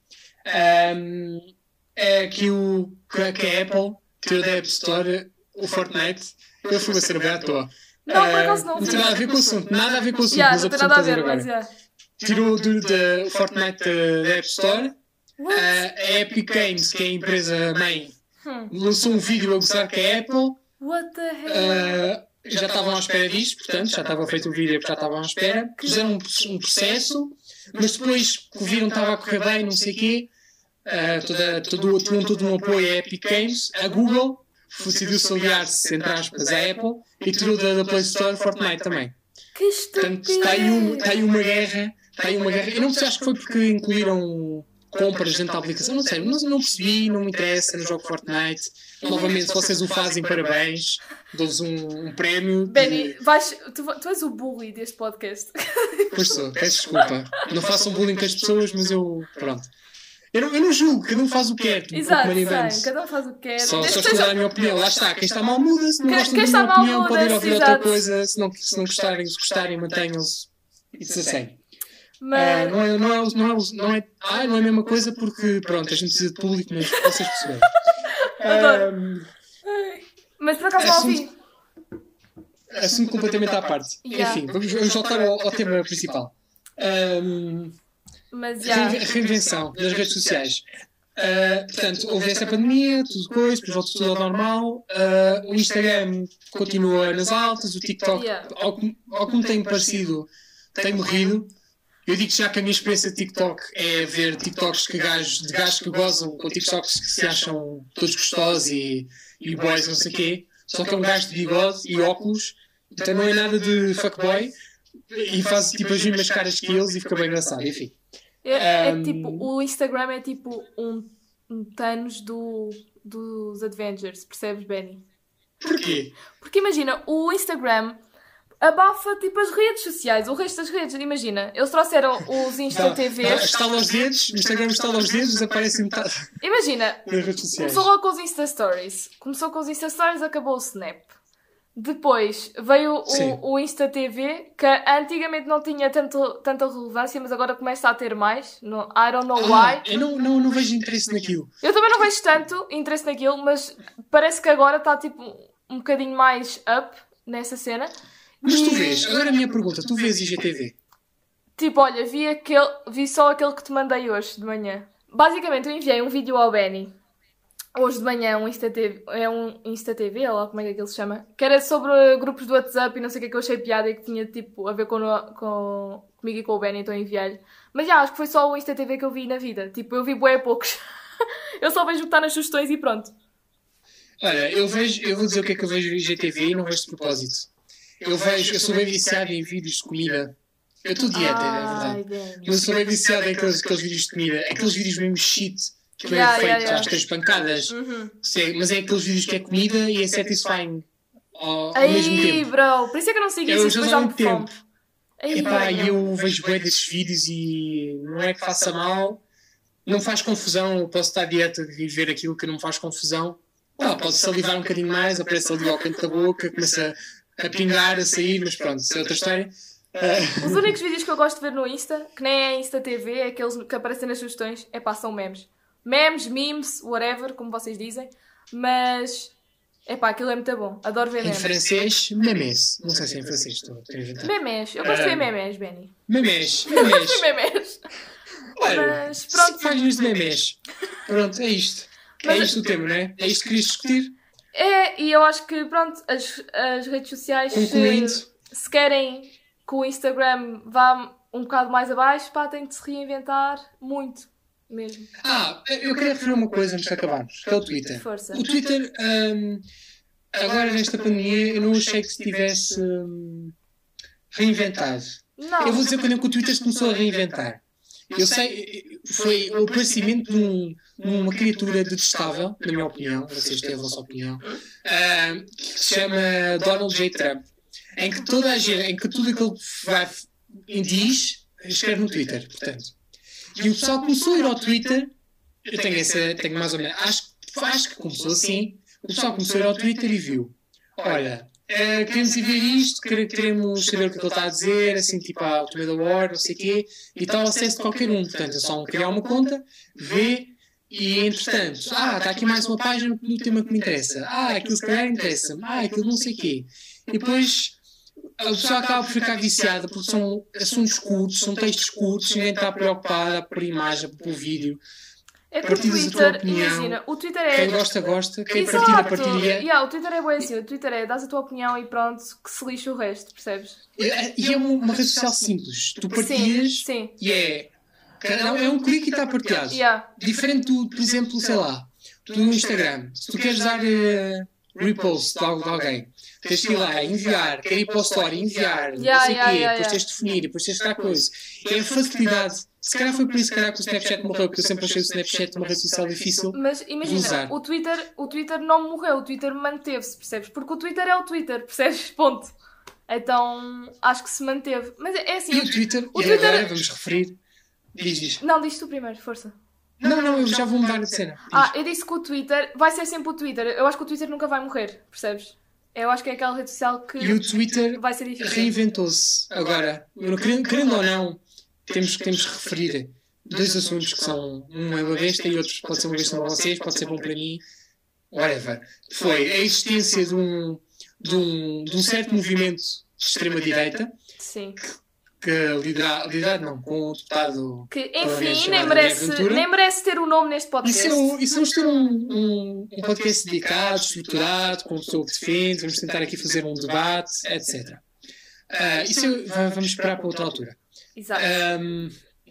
Um, é que, o, que a Apple tirou da App Store o Fortnite, eu fui a ser bem à toa. Não, por acaso não. Não tem nada a ver com o assunto, nada a ver com o assunto, Yeah, mas não a tem pessoa nada a está a ver, dizer mas agora. yeah. Tirou do, do, o Fortnite da, da App Store, What? a Epic Games, que é a empresa mãe, Hum. lançou um vídeo a gozar com a Apple. What the hell? Uh, já estavam à espera disto, portanto, já estava feito o vídeo porque já estavam à espera. Fizeram um, um processo, mas depois que viram que estava a correr bem, não sei o quê, uh, toda, todo, tinham todo um apoio à Epic Games. A Google decidiu-se aliar-se, entre aspas, à Apple e tirou da, da Play Store Fortnite também. Que estupidez! Portanto, está aí, um, está aí uma guerra. Está aí uma guerra. Eu não sei, acho que foi porque incluíram compras dentro da aplicação, não sei, não, não percebi, não me interessa no jogo Fortnite. Novamente, se vocês o fazem, parabéns, dou-vos um, um prémio. Benny, vais, tu, tu és o bully deste podcast. Pois sou, peço desculpa. Não façam bullying com as pessoas, mas eu. Pronto. Eu não, eu não julgo, cada um faz o que quer. Tipo, Exato, Maria sei, Vance. cada um faz o que quer. Só, Desde só que estou a dar seja- a minha opinião. Lá está, quem está mal muda, se não Quem- gostam quem da está minha mal opinião, podem ir muda-se, ouvir outra exato. coisa. Se não, se não gostarem, se gostarem, mantenham-se. It's the same. Ah, Mas, não, é, não, é, não, é, não, é, ah, não é a mesma coisa porque, pronto, a gente precisa de público, mas vocês perceberam. Adoro. mas por acaso não ouvi. Assunto, assunto completamente à parte. Yeah. Enfim, vamos, vamos voltar ao, ao tema principal. Ahm, Mas já. reinven- reinvenção das redes sociais. Ah, portanto, houve essa pandemia, tudo coisa, depois volta tudo ao normal. Ah, o Instagram continua nas altas, o TikTok, Yeah. ao, que- ao que me tem parecido, tem morrido. Eu digo já que a minha experiência de TikTok é ver TikToks que gajos, de gajos que gozam com TikToks que se acham todos gostosos e, e boys, não sei o quê. Só que é um gajo de bigode e óculos, então não é nada de fuckboy e faz tipo as mesmas caras que eles e fica bem engraçado. Enfim. É, é Um, tipo, o Instagram é tipo um, um Thanos do, dos Avengers, percebes, Benny? Porquê? Porque imagina, o Instagram abafa tipo as redes sociais, o resto das redes. Imagina, eles trouxeram os Insta T Vs. Estala os dedos, o Instagram estala os dedos, desaparece metade Imagina, das redes sociais. começou logo com os Insta Stories. Começou com os Insta Stories, acabou o Snap. Depois veio Sim. o, o Insta T V, que antigamente não tinha tanto, tanta relevância, mas agora começa a ter mais. No, I don't know Ah, why. eu não, não, não vejo interesse naquilo. Eu também não vejo tanto interesse naquilo, mas parece que agora está tipo um bocadinho mais up nessa cena. Mas tu E, vês, agora a minha pergunta, tu vês I G T V? Tipo, olha, vi, aquele, vi só aquele que te mandei hoje de manhã. Basicamente, eu enviei um vídeo ao Benny hoje de manhã, um Insta T V, é um Insta T V, ou lá como é que ele se chama, que era sobre grupos do WhatsApp e não sei o que é que eu achei piada e que tinha tipo a ver com, com, comigo e com o Benny, então enviei-lhe. Mas já, acho que foi só o Insta T V que eu vi na vida. Tipo, eu vi bué poucos. Eu só vejo o que está nas sugestões e pronto. Olha, eu vejo, eu vou dizer o que é que eu vejo no I G T V e não vejo de propósito. Eu vejo, eu sou bem viciado em vídeos de comida. Eu estou dieta, Ai, é verdade. Benny. Mas eu sou bem viciado em aqueles, aqueles vídeos de comida. Aqueles vídeos mesmo shit, que vem Yeah, feito yeah, yeah. às três pancadas. Uhum. Sim, mas é aqueles vídeos que é comida e é satisfying ao, ao mesmo Aí, tempo. bro, por isso é que eu não sigo Eu isso, já depois há já me muito tempo. fome. Aí, Epá, Benny. e eu vejo bem desses vídeos e não é que faça mal, não faz confusão. Eu posso estar dieta e ver aquilo que não me faz confusão. Ah, posso salivar um bocadinho mais, aparece ali ao canto da boca, começa a pingar, a sair, mas pronto, isso é outra história. Ah, Os únicos vídeos que eu gosto de ver no Insta, que nem é Insta T V, é aqueles que aparecem nas sugestões, é pá, são memes. Memes, memes, whatever, como vocês dizem. Mas Epá, aquilo é muito bom. Adoro ver Em memes. francês, memes. Não sei se é em francês, estou estou a inventar. Memes. Eu gosto de ver Ah. memes, Benny. Memes, Eu memes. gosto de memes. Olha, Mas pronto. páginas de memes. Pronto, é isto. É Mas- isto o tema, não é? É isto que querias discutir? É, e eu acho que, pronto, as, as redes sociais, Concluindo. se, se querem que o Instagram vá um bocado mais abaixo, pá, tem de se reinventar muito, mesmo. Ah, eu queria referir uma coisa antes de acabarmos, que é o Twitter. Força. O Twitter, hum, agora nesta pandemia, eu não achei que se tivesse hum, reinventado. Não. Eu vou dizer quando é que o Twitter se começou a reinventar. Eu sei, foi o aparecimento de, um, de uma criatura detestável, na minha opinião, vocês têm a vossa opinião, hum, que se chama Donald J. Trump, em que toda a gente, em que tudo aquilo que vai, diz, escreve no Twitter, portanto. E o pessoal começou a ir ao Twitter, eu tenho, essa, tenho mais ou menos, acho, acho que começou assim, o pessoal começou a ir ao Twitter e viu, olha, uh, queremos ir ver isto, queremos saber o que ele está a dizer, assim, tipo, ah, o Tomé da War, não sei o quê, e está ao acesso de qualquer um, portanto, é só um criar uma conta, vê, e entretanto, ah, está aqui mais uma página do tema que me interessa, ah, aquilo se calhar interessa-me, ah, aquilo não sei o quê, e depois a pessoa acaba por ficar viciada porque são assuntos curtos, são textos curtos, ninguém está preocupado por imagem, por vídeo. É que o Partilhas a tua Twitter, opinião. imagina, o Twitter é... Quem gosta, gosta, quem Exato. partilha, partilha. Yeah, o Twitter é bem assim, o Twitter é, dás a tua opinião e pronto, que se lixa o resto, percebes? E e é uma, uma rede social simples. Tu partilhas Sim, sim. e é. Não, é um clique e está partilhado. Yeah. Diferente do, por exemplo, sei lá, do Instagram. Se tu queres dar uh, repost de algo de alguém, tens que ir lá, enviar, quer ir para o story, enviar, Yeah, não sei o yeah, quê, yeah, depois yeah. tens de definir, depois tens de dar coisa. É a facilidade. Se calhar foi por isso calhar, que o Snapchat morreu, porque eu sempre achei o Snapchat uma rede social difícil. Mas de imagina, usar. o Twitter, o Twitter não morreu, o Twitter manteve-se, percebes? Porque o Twitter é o Twitter, percebes? Ponto. Então, acho que se manteve. Mas é assim... E o Twitter, o e Twitter- agora vamos referir. Diz, diz. Não, diz tu primeiro, força. Não, não, eu já vou mudar de cena. Diz. Ah, eu disse que o Twitter vai ser sempre o Twitter. Eu acho que o Twitter nunca vai morrer, percebes? Eu acho que é aquela rede social que E o Twitter vai ser difícil. reinventou-se. Agora, eu não- querendo, querendo ou não, temos, temos que referir dois assuntos que são, um é uma besta e outro pode ser uma besta para vocês, pode ser bom para mim, whatever. Foi a existência de um, de um, de um certo movimento de extrema-direita, Sim. que lidera, liderado não, com o deputado... Que, provavelmente enfim, chamado nem André merece, Ventura. nem merece ter o nome neste E podcast. se, eu, e se vamos ter um, um, um podcast dedicado, estruturado, com pessoa que defende, vamos tentar aqui fazer um debate, etcétera. Ah, isso eu- va- vamos esperar para outra altura. Exato. Um,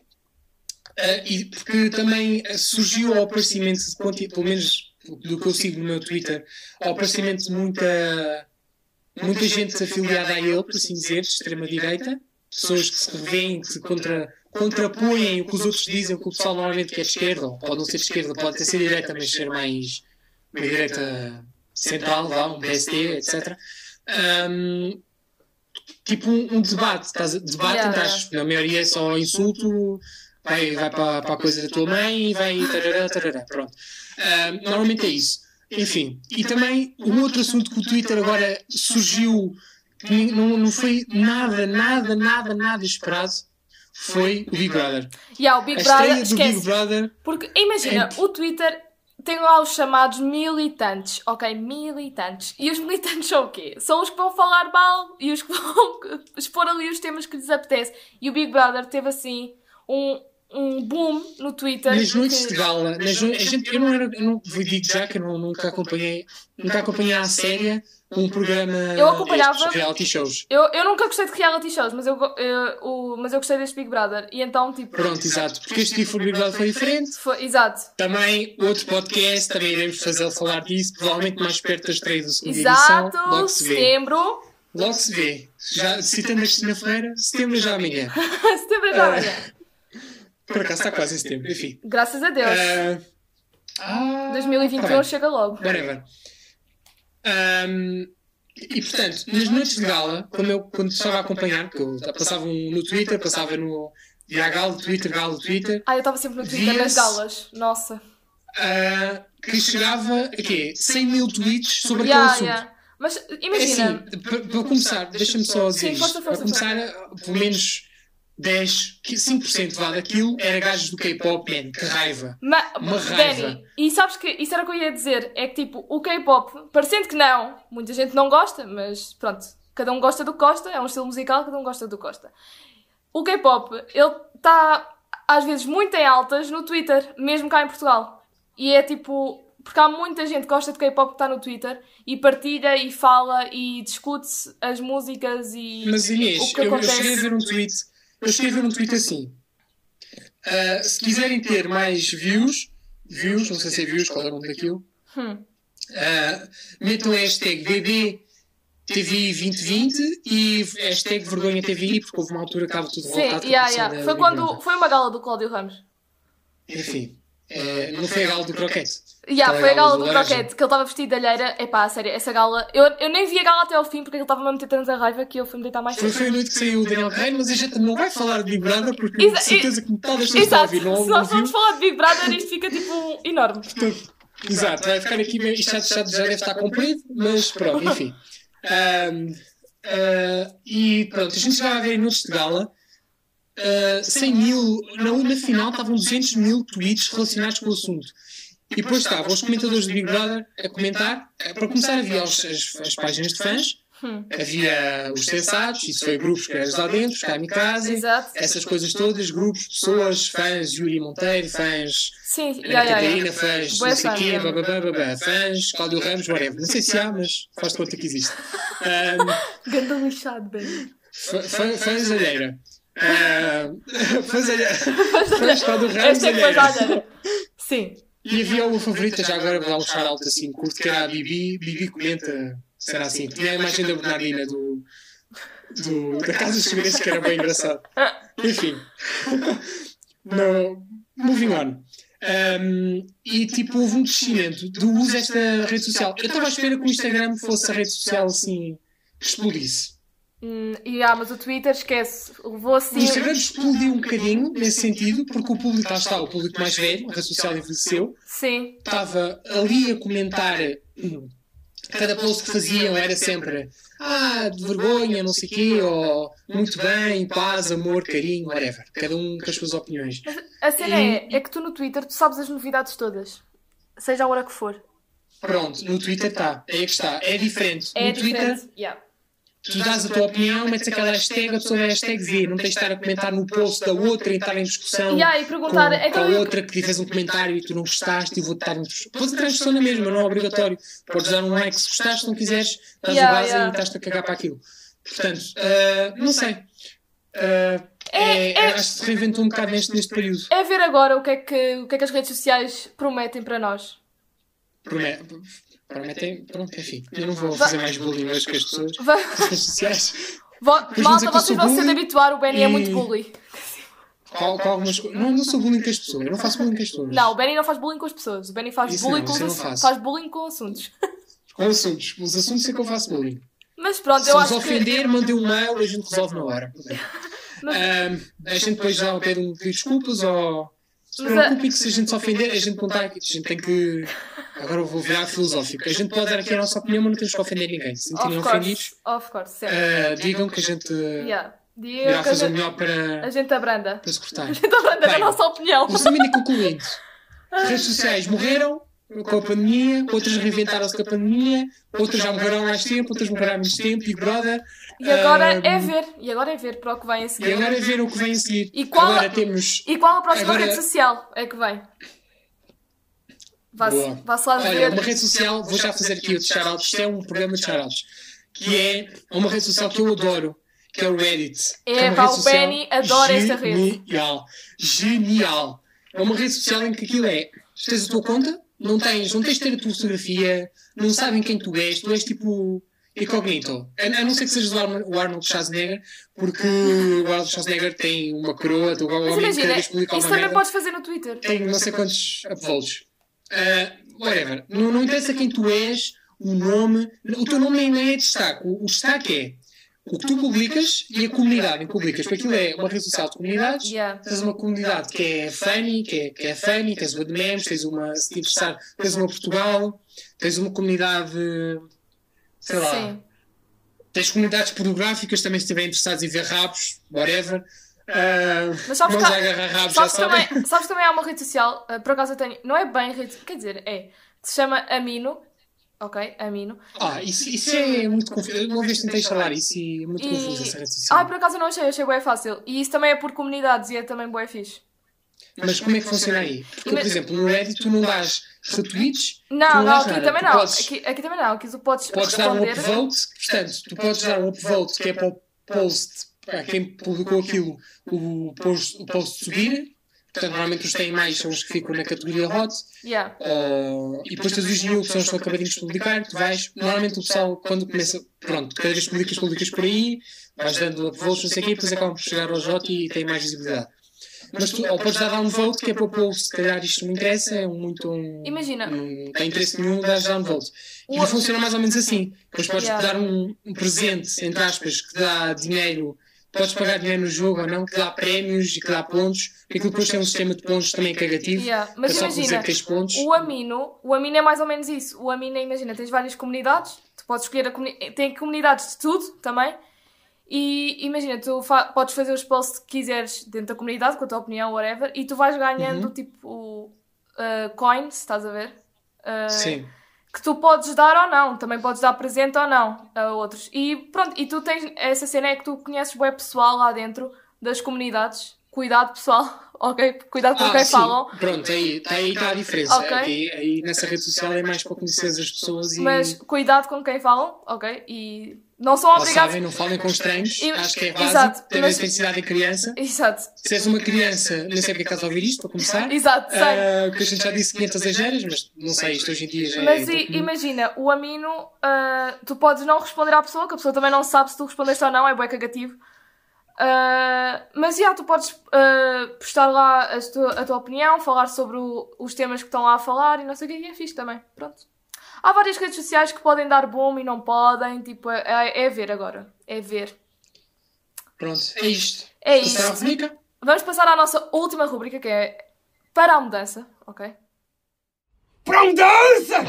ah, e porque também ah, surgiu ao aparecimento, de quanti- pelo menos do que eu sigo no meu Twitter, ao aparecimento de muita, muita gente afiliada a ele, por assim dizer, de extrema-direita, pessoas que se revêem, que se contra, contrapõem o que os outros dizem, o que o pessoal normalmente quer de esquerda, ou pode não ser de esquerda, pode até ser de direita, mas ser mais uma direita central, vá, um P S D, etcétera. Um, tipo um, um debate, estás a, debate Yeah. entre aspas, na maioria é só insulto, vai, vai para, para a coisa da tua mãe e vai tarará, tarará, pronto. Um, normalmente é isso. Enfim, e também um outro assunto que o Twitter agora surgiu, que ni- não, não foi nada, nada, nada, nada esperado, foi o Big Brother. E há o Big A Brother, estreia do esquece. Big Brother. Porque, imagina, É- o Twitter tem lá os chamados militantes, ok? Militantes. E os militantes são o quê? São os que vão falar mal e os que vão expor ali os temas que lhes apetece. E o Big Brother teve, assim, um, um boom no Twitter. Nas noites que- de gala, nas no... a gente, eu não era, eu não vou digo já que eu não- nunca acompanhei, nunca acompanhei à séria um programa Eu acompanhava- destes reality shows. Eu, eu nunca gostei de reality shows, mas eu, go- eu- o, mas eu gostei deste Big Brother. E então, tipo... Pronto, exato, porque este tipo de Big Brother foi diferente. Foi, exato. Também outro podcast, também iremos fazê-lo falar disso, provavelmente mais perto da estreia da segunda edição. Exato. Logo se vê. Setembro. Logo se vê. Já, citando a Cristina Ferreira, setembro é já amanhã. Setembro é já amanhã. Por acaso está quase em setembro, enfim. Graças a Deus. Ah, ah, dois mil e vinte e um tá bem. chega logo. Whatever. Um, e portanto, nas noites de gala, quando eu quando estava a acompanhar, porque eu passava um no Twitter, passava no via gala, Twitter, gala, Twitter, Ah, eu estava sempre no Twitter nas Via-se- galas. Nossa. uh, que chegava a quê? cem mil tweets sobre Yeah, aquele assunto. yeah. Mas É imagina. assim, para para começar, deixa-me só dizer Sim, isto. força, Para força, começar, uh, pelo menos dez, cinco por cento vá daquilo era gajos do K-pop, man, que raiva. Ma Uma raiva. Benny, e sabes que isso era o que eu ia dizer, é que tipo, o K-pop, parecendo que não, muita gente não gosta, mas pronto, cada um gosta do que gosta, é um estilo musical, cada um gosta do que gosta. O K-pop, ele está às vezes muito em altas no Twitter, mesmo cá em Portugal. E é tipo, porque há muita gente que gosta de K-pop que está no Twitter e partilha e fala e discute as músicas e Mas Inês, o que eu, eu acontece. cheguei a ver um tweet, eu cheguei a ver um tweet assim. Uh, se quiserem ter mais views, views, não sei se é views, qual é o nome daquilo, Hum. uh, metam a hashtag B B T V I vinte vinte e hashtag vergonha T V I, porque houve uma altura que estava tudo Sim, voltado. yeah, yeah. Foi, quando, foi uma gala do Cláudio Ramos. Enfim, é, não foi a gala do croquete. Yeah, Aquela foi a gala do laranja. croquete, que ele estava vestido de alheira. Epá, a sério, essa gala... Eu, eu nem vi a gala até ao fim, porque ele estava-me a meter tanta raiva que eu fui-me deitar mais Foi, cedo. foi a noite que saiu o Daniel Carreiro, mas a gente não vai falar de Big Brother porque Exa- de certeza que metade das pessoas estão a Exato, ouvir, não, se não nós viu. formos falar de Big Brother, isto fica tipo enorme. Exato, vai ficar aqui meio. Isto já, já, já deve estar comprido, mas pronto, enfim. Um, uh, e pronto, a gente já vai ver em noites de gala. Uh, cem mil, na, na final estavam duzentos mil tweets relacionados com o assunto. E depois estavam os comentadores do Big Brother a comentar. Para começar, havia os, as, as páginas de fãs, Hum. havia os sensatos, isso foi grupos que eram lá dentro, cá em casa, Exato. essas coisas todas, grupos, pessoas, fãs, Yuri Monteiro, fãs. Sim, Ana yeah, yeah, Catarina, yeah. fãs, Bué não sei o fãs, quê, yeah. bababá, babá, fãs, Cláudio Ramos, whatever. Não sei se há, mas faz de conta que existe. Um, Ganda lixado, bem. fã- fã- Fãs alheira. Um, Fãs alheira. Fãs Cláudio Ramos Esta é coisa alheira. alheira. Sim. E havia uma favorita, já agora vou dar um shout-out assim, curto, que era a Bibi. Bibi comenta, será assim. Tinha a imagem da Bernardina do, do, da Casa dos Segredos, que era bem engraçado. Enfim. No, moving on. Um, e tipo, houve um crescimento do uso desta rede social. Eu estava à espera que o Instagram fosse a rede social assim, que explodisse. Hum, e, ah, mas o Twitter, esquece. Levou O assim... Instagram explodiu um bocadinho nesse sentido, porque o público, lá está, o público mais velho, a rede social envelheceu, Sim. estava ali a comentar. hum, Cada post que faziam era sempre ah, de vergonha, não sei o quê, ou muito bem, paz, amor, carinho, whatever. Cada um com as suas opiniões. A cena é, é que tu no Twitter, tu sabes as novidades todas. Seja a hora que for. Pronto, no Twitter está, é que está, é diferente. É No Twitter, diferente. Yeah. tu dás a tua opinião, metes aquela hashtag, a pessoa vai hashtag vê, não tens de estar a comentar no post da outra e estar em discussão Yeah, e perguntar, com, então com a eu- outra que fez um comentário e tu não gostaste e vou estar em discussão. Podes entrar em discussão na mesma, não é obrigatório. Podes dar um like se gostaste, se não quiseres, dás Yeah, o base yeah. e estás-te a cagar para aquilo. Portanto, ah, não sei. Ah, é, é- acho que se reinventou um bocado neste, neste período. É ver agora o que é que, o que é que as redes sociais prometem para nós. Promete, prometem, pronto, enfim. Eu não vou fazer mais bullying hoje com as pessoas. Va- As redes sociais. Vo- Mas não Malta, dizer que eu vocês sou vão se bully habituar, o Benny é muito e- bully. Com, com algumas coisas. Não, não sou bullying com as pessoas. Eu não faço bullying com as pessoas. Não, o Benny não faz bullying com as pessoas. O Benny faz Isso bullying não, com os isso eu não assuntos. faço. Faz bullying com assuntos. Com assuntos. Os assuntos é que eu faço bullying. Mas pronto, Se eu nos acho que... ofender, mandem um mail e a gente resolve na hora. Mas- Ahm, a gente depois já pede um pedido de desculpas ou. Se Mas a- preocupe que se a gente se ofender, a gente não está aqui. A gente tem que. Agora eu vou virar filosófico. A gente pode dar aqui a nossa opinião, mas não temos que ofender ninguém. Se sentirem Of ofendidos, course, of course, sempre. ah, digam que a gente Yeah. Diga irá que a fazer o gente, melhor para, a gente abranda. para se cortar. A gente abranda da Bem, nossa opinião. resumindo e concluindo, redes sociais morreram com a pandemia, outras reinventaram-se com a pandemia, outras já morreram há mais tempo, outras morreram há menos tempo, Big Brother. E agora Ahm, é ver. E agora é ver para o que vem a E seguir. agora é ver o que vem a seguir. E qual- Agora temos. E qual a próxima Agora- rede social é que vem? Vá-se Boa. vá-se lá Olha, ver. uma rede social, vou já fazer aqui o shout-out, isto é um programa de shout-outs, que é uma rede social que eu adoro, que é o Reddit. É, Que uma pá, rede o social Benny adora esta rede. Genial. Genial. É uma rede social em que aquilo é, tu tens a tua conta, não tens, não tens de ter a tua fotografia, não sabem quem tu és, tu és tipo incognito. A, a não ser que sejas o Arnold, o Arnold Schwarzenegger, porque o Arnold Schwarzenegger tem uma coroa, tu igual ao Mas homem que cada imagina, vez publica isso uma também merda. podes fazer no Twitter. Tem não sei quantos upvotes. Uh, whatever. Não, não interessa quem tu és, o nome. O teu nome nem, nem é destaque. O, o destaque é o que tu publicas e a comunidade em que publicas. Porque aquilo é uma rede social de comunidades. Yeah. Tens uma comunidade que é funny, que é, que é funny, tens uma de memes, tens uma, se te interessar, tens uma Portugal, tens uma comunidade, sei lá, Sim. tens comunidades pornográficas também se estiverem interessados em ver rabos, whatever. Uh, Mas sabes mãos que, a agarrar rabos, sabes, já que também, sabem. sabes que também há uma rede social, uh, por acaso eu tenho, não é bem rede, quer dizer, é, que se chama Amino, ok, Amino. Ah, isso, isso é muito confuso. Uma vez tentei instalar isso e é muito confuso essa E... rede Ai, social. por acaso eu não achei, achei bué fácil. E isso também é por comunidades e é também bué fixe. Mas como é que funciona aí? Porque, por exemplo, no Reddit tu não dás retweets, tu Não, não não, dás aqui nada. também Tu não. podes, Aqui, aqui também não. Aqui tu podes, podes dar um responder. upvote, portanto, tu podes dar um upvote que é para o post, para quem publicou aquilo, o post, o post subir. Portanto, normalmente os que têm mais são os que ficam na categoria hot. Yeah. Uh, e depois tens os new, que são os que acabadinhos de publicar. Tu vais, normalmente o pessoal, quando começa, pronto, cada vez que publicas, publicas por aí, vais dando upvotes, não sei o quê, depois acabam por chegar ao J e têm mais visibilidade. Mas tu, ou podes dar downvote, que é para o post, se calhar isto não interessa, é muito um, Imagina. não tem interesse nenhum, dás downvote. E funciona mais ou menos assim. Depois podes Yeah. dar um, um presente, entre aspas, que dá dinheiro, podes pagar dinheiro no jogo ou não, que dá prémios e que dá pontos, porque aquilo depois tem um sistema de pontos também cagativo, Yeah. Mas que é só por dizer imagina, que tens pontos. o Amino, o Amino é mais ou menos isso. O Amino, é, imagina, tens várias comunidades, tu podes escolher a comunidade, tem comunidades de tudo também. E imagina, tu fa podes fazer os posts que quiseres dentro da comunidade, com a tua opinião, whatever, e tu vais ganhando, Uhum. tipo, uh, coins, estás a ver? Uh, Sim. Que tu podes dar ou não, também podes dar presente ou não a outros. E pronto, e tu tens essa cena é que tu conheces bué pessoal lá dentro das comunidades. Cuidado, pessoal, ok? Cuidado com Ah, quem sim. falam. Pronto, aí está aí tá a diferença. Ok. Aqui, aí nessa rede social é mais para conhecer as pessoas e Mas cuidado com quem falam, ok? E não são ou obrigados. sabem, não falem com estranhos. E- Acho que é básico. Exato, Ter mas- intensidade em criança. Exato, Se és uma criança, nem sei porque estás a ouvir isto, para começar. exato, sei. Ah, porque a gente já disse quinhentas asneiras, mas não sei, isto hoje em dia já Mas é. i- imagina, o Amino, ah, tu podes não responder à pessoa, que a pessoa também não sabe se tu respondeste ou não, é bué cagativo. Ah, mas já, tu podes ah, postar lá a tua, a tua opinião, falar sobre o- os temas que estão lá a falar e não sei o que, e é fixe também. Pronto. Há várias redes sociais que podem dar boom e não podem, tipo, é, é ver agora. É ver. Pronto, é isto. É Passar a isto. rubrica? Vamos passar à nossa última rubrica, que é Para a Mudança, ok? Para a mudança!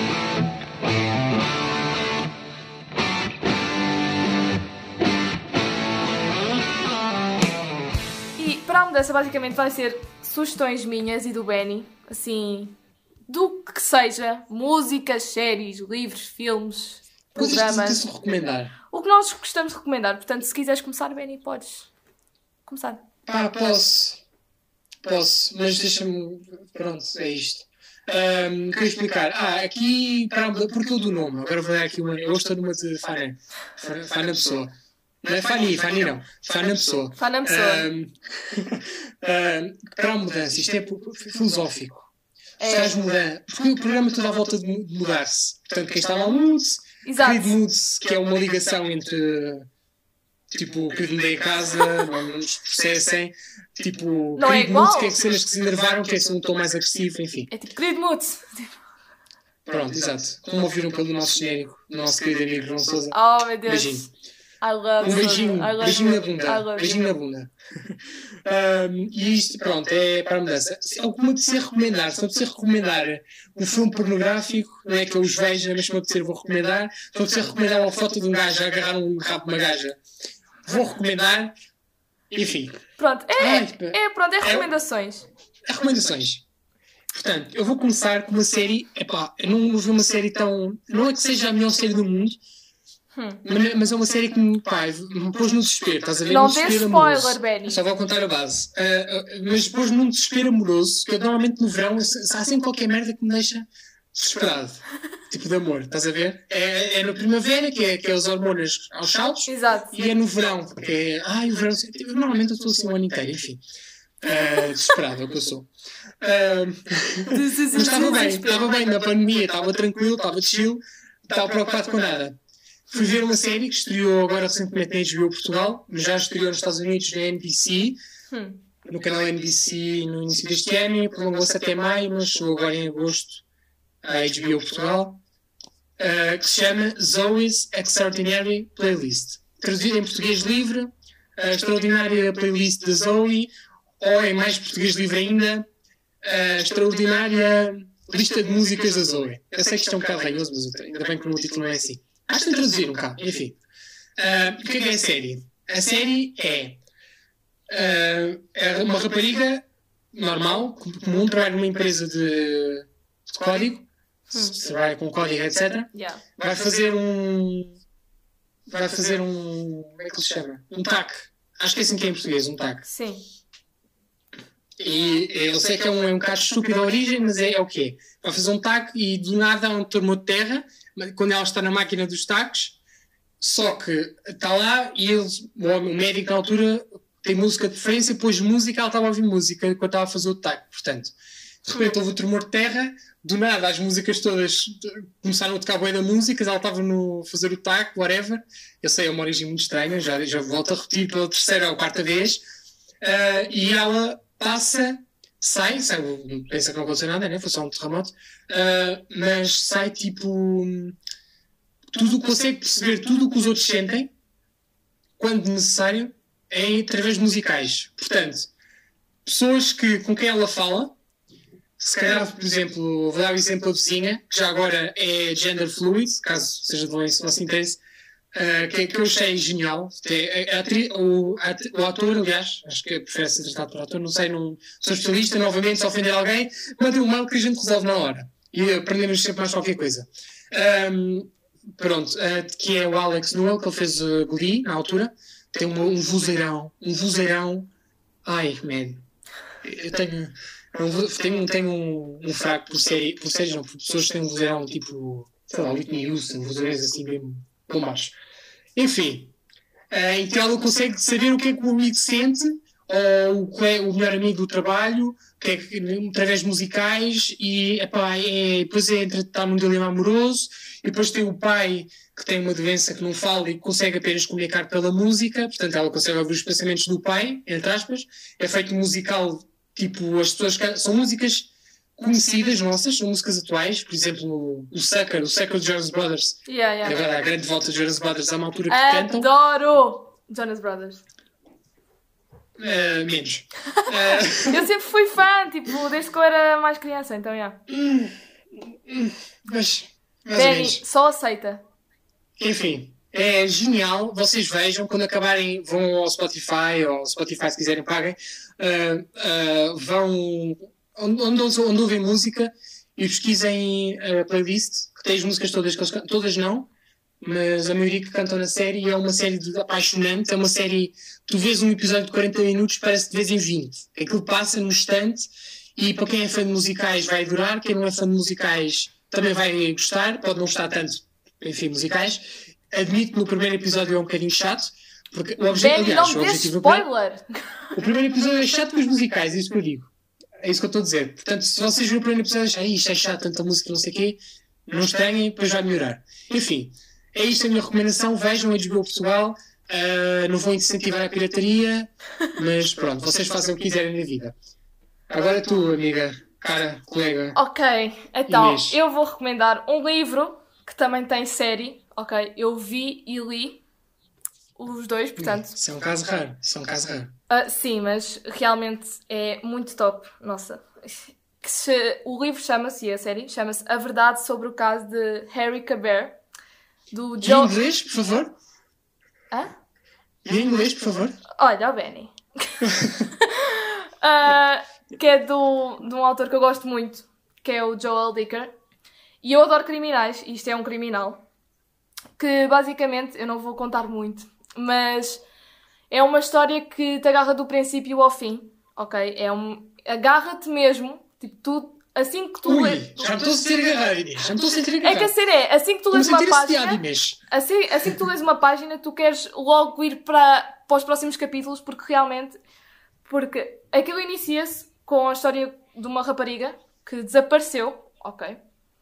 E para a mudança basicamente vai ser sugestões minhas e do Benny, assim, do que seja, músicas, séries, livros, filmes, Coisas que programas, se recomendar. o que nós gostamos de recomendar. Portanto, se quiseres começar, Benny, podes começar. Pá, posso. Posso, mas deixa-me. Pronto, é isto. Um, queria explicar. Ah, aqui. Para, porque eu do nome. Agora vou dar aqui uma. Eu estou numa de Fana. Fana Fana Pessoa. Não é Fani, Fani não. Fana Pessoa. Fana Pessoa. Um, um, para a mudança, isto é pu- filosófico. É. Estás mudando. Porque o programa toda à volta de mu- de mudar-se. Portanto, quem está lá mude-se. Exato. Querido mude-se, que é uma ligação entre. Tipo, querido mudei a casa, não nos processem. Tipo, Não é querido igual? mude-se, que é que cenas que se enervaram, que é um tom mais agressivo, enfim. É tipo, querido Mutz. Pronto, exato. Como ouviram pelo nosso genérico, do nosso querido amigo João Sousa. Oh, meu Deus. Beijinho. I love Um beijinho, I love beijinho na I bunda. love Beijinho na bunda. Um, e isto, pronto, é para a mudança. Se é o que me apetecer recomendar, se me apetecer recomendar um filme pornográfico, não é que eu os veja, mas se me apetecer vou recomendar. Se me apetecer recomendar uma foto de um gajo a agarrar um rabo de uma gaja, vou recomendar. Enfim, Pronto, é, Ai, pá. é, pronto, é recomendações. recomendações. Portanto, eu vou começar com uma série. Epá, eu não vi uma série tão. Não é que seja a melhor série do mundo, Hum. mas- mas é uma série que me, pá, me pôs no desespero. Estás a ver? Não No dês desespero spoiler, amoroso. Benny. Só vou contar a base. Ah, ah, mas pôs num desespero amoroso, que eu normalmente no verão eu- há sempre qualquer merda que me deixa desesperado. Tipo de amor, estás a ver? É, é na primavera, que é, que é as hormonas aos saltos, Exato. e é no verão, que é. Ai, o verão. Tipo, normalmente eu estou assim o ano inteiro, enfim. Ah, desesperado é o que eu sou. Ah, mas estava bem, estava bem na pandemia, estava tranquilo, estava chill, estava preocupado com nada. Fui ver uma série que estreou agora recentemente na H B O Portugal, mas já estreou nos Estados Unidos na N B C, Hum. no canal N B C no início deste ano, e prolongou-se até maio, mas chegou agora em agosto à H B O Portugal, ah, que se chama Zoe's Extraordinary Playlist. Traduzido em português livre, a extraordinária playlist da Zoe, ou em mais português livre ainda, a extraordinária lista de músicas da Zoe. Eu sei que isto é um bocado ranhoso, mas ainda bem que o meu título não é assim. Acho que traduzir um bocado, enfim. Ah, o que é que é a série? A série é Uh, é uma rapariga normal, comum, trabalha numa empresa de, de código, hum. trabalha com código, etcétera. Yeah. Vai fazer um... Vai fazer um... Como é que se chama? Um T A C. Acho que é assim que é em português, um T A C. Sim. E eu sei que é um, é um bocado estúpido a origem, mas é, é o quê? Vai fazer um T A C e do nada há um termo de terra, quando ela está na máquina dos T A Cs, só que está lá e eles, o médico na altura tem música de preferência, pôs música, ela estava a ouvir música quando estava a fazer o T A C. Portanto, de repente houve o tremor de terra, do nada as músicas todas começaram a tocar bué da música, ela estava no fazer o T A C, whatever. Eu sei, é uma origem muito estranha, já, já volto a repetir pela terceira ou quarta vez. Uh, e ela passa, sai, sai, pensa que não aconteceu nada, né? Foi só um terremoto, uh, mas sai tipo... Tudo consegue perceber tudo o que os outros sentem, quando necessário, é através de musicais. Portanto, pessoas que, com quem ela fala, se calhar, por exemplo, vou dar o exemplo da vizinha, que já agora é gender fluid, caso seja de vosso interesse, uh, que, que eu achei genial. A atri, o, a, o ator, aliás, acho que prefere ser tratado por ator, não sei, não sou especialista, novamente, se ofender alguém, mandei um mail que a gente resolve na hora. E aprendemos sempre mais qualquer coisa. Um, pronto, uh, que é o Alex Newell, que ele fez uh, Glee, na altura. Tem uma, um vozeirão, um vozeirão. Ai, man. Eu tenho, um, tenho, tenho um, um fraco por série, por séries, não, por pessoas que têm um vozeirão tipo, sei lá, Whitney Houston, vozeirões assim mesmo bombachos. Enfim, uh, então ela consegue saber o que é que o amigo sente, ou o que é o melhor amigo do trabalho, o que é que, através de musicais, e epá, é, depois é, está num dilema amoroso, e depois tem o pai que tem uma doença que não fala e consegue apenas comunicar pela música, portanto ela consegue ouvir os pensamentos do pai, entre aspas. É feito um musical, tipo, as pessoas que, são músicas conhecidas nossas, são músicas atuais, por exemplo o Sucker, o Sucker dos Jonas Brothers. Yeah, yeah. Agora a grande volta dos Jonas Brothers há uma altura que Adoro cantam. Adoro Jonas Brothers. Uh, menos. Uh... Eu sempre fui fã, tipo, desde que eu era mais criança, então já. Yeah. Mas, mais Benny, só aceita. Enfim, é genial. Vocês vejam, quando acabarem, vão ao Spotify, ou Spotify se quiserem paguem, uh, uh, vão onde, onde, onde ouvem música e pesquisem a playlist, que tem as músicas todas, que eles, todas não, mas a maioria que cantam na série, e é uma série de, apaixonante, é uma série, tu vês um episódio de quarenta minutos, parece que vês em vinte. Aquilo passa no instante, e para quem é fã de musicais vai adorar, quem não é fã de musicais também vai gostar, pode não gostar tanto, enfim, musicais. Admito que no primeiro episódio é um bocadinho chato, porque o objetivo, aliás, o objetivo spoiler! O primeiro episódio é chato com os musicais, é isso que eu digo. É isso que eu estou a dizer. Portanto, se vocês viram o primeiro episódio e acharem isto é chato, tanta música, não sei o quê, não estranhem, depois vai melhorar. Enfim, é isto a minha recomendação. Vejam a H B O Portugal. Uh, não vou incentivar a pirataria, mas pronto, vocês fazem o que quiserem na vida. Agora tu, amiga, cara, colega. Ok, então Inês. Eu vou recomendar um livro que também tem série. Ok, eu vi e li os dois, portanto. Isso é um caso raro. Isso é um caso raro. Uh, sim, mas realmente é muito top. Nossa. Que se, o livro chama-se, e a série, chama-se A Verdade sobre o Caso de Harry Caber. Do E Joe... em inglês, por favor? Hã? E em inglês, por favor? Olha, o Benny. uh, que é do, de um autor que eu gosto muito, que é o Joel Dicker. E eu adoro criminais, e isto é um criminal. Que basicamente, eu não vou contar muito, mas é uma história que te agarra do princípio ao fim, ok? É um... Agarra-te mesmo, tipo, tu, assim que tu Ui, lês... já me estou a sentir agarrado, Inês. Já me estou a sentir agarrado. É que a série é, assim que tu lês uma página... Inês. Assim, assim que tu lês uma página, tu queres logo ir para, para os próximos capítulos, porque realmente... Porque aquilo inicia-se com a história de uma rapariga que desapareceu, ok?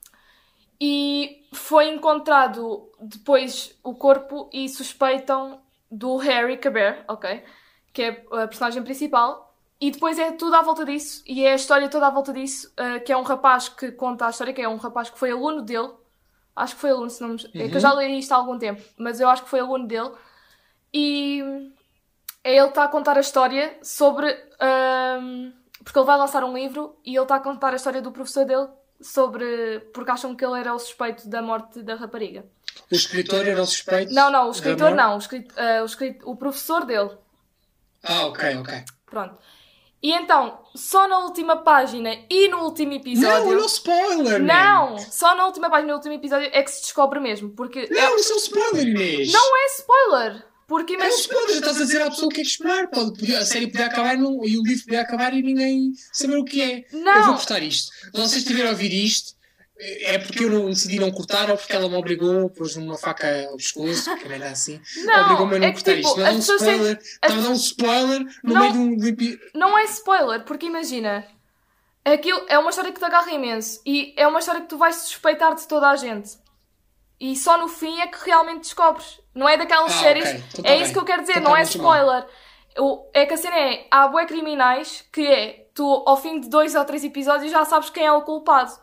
E foi encontrado depois o corpo e suspeitam do Harry Caber, ok? Que é a personagem principal. E depois é tudo à volta disso. E é a história toda à volta disso. Uh, que é um rapaz que conta a história, que é um rapaz que foi aluno dele. Acho que foi aluno, se não me... uhum. É que eu já li isto há algum tempo. Mas eu acho que foi aluno dele. E ele está a contar a história sobre... Um... Porque ele vai lançar um livro e ele está a contar a história do professor dele sobre... Porque acham que ele era o suspeito da morte da rapariga. O escritor era o suspeito? Não, não, o escritor não. O, escrit... uh, o, escrit... o professor dele. Ah, ok, ok. Pronto. E então, só na última página e no último episódio... Não, não spoiler, Não! man. Só na última página e no último episódio é que se descobre mesmo, porque... Não, isso é um spoiler, Inês. Não é spoiler! Porque É um imagina... spoiler, já estás a dizer à pessoa o que é que esperar. Pode, podia, a série podia acabar num, e o livro podia acabar e ninguém saber o que é. Não. Eu vou cortar isto. Se vocês estiverem a ouvir isto, é porque eu não decidi não cortar ou porque ela me obrigou, pôs uma faca ao pescoço, que não era assim. Não, Obrigou-me a não é que, cortar tipo, isto. Mas é um as pessoas têm- spoiler. Estava a dar um spoiler no Não. meio de um... De um epi- Não é spoiler, porque imagina... Aquilo é uma história que te agarra imenso. E é uma história que tu vais suspeitar de toda a gente. E só no fim é que realmente descobres. Não é daquelas Ah, séries... ok. Então tá é bem. isso que eu quero dizer, Então não tá é muito mal. spoiler. O- É que a cena é... Há bué criminais que é... Tu, ao fim de dois ou três episódios, já sabes quem é o culpado.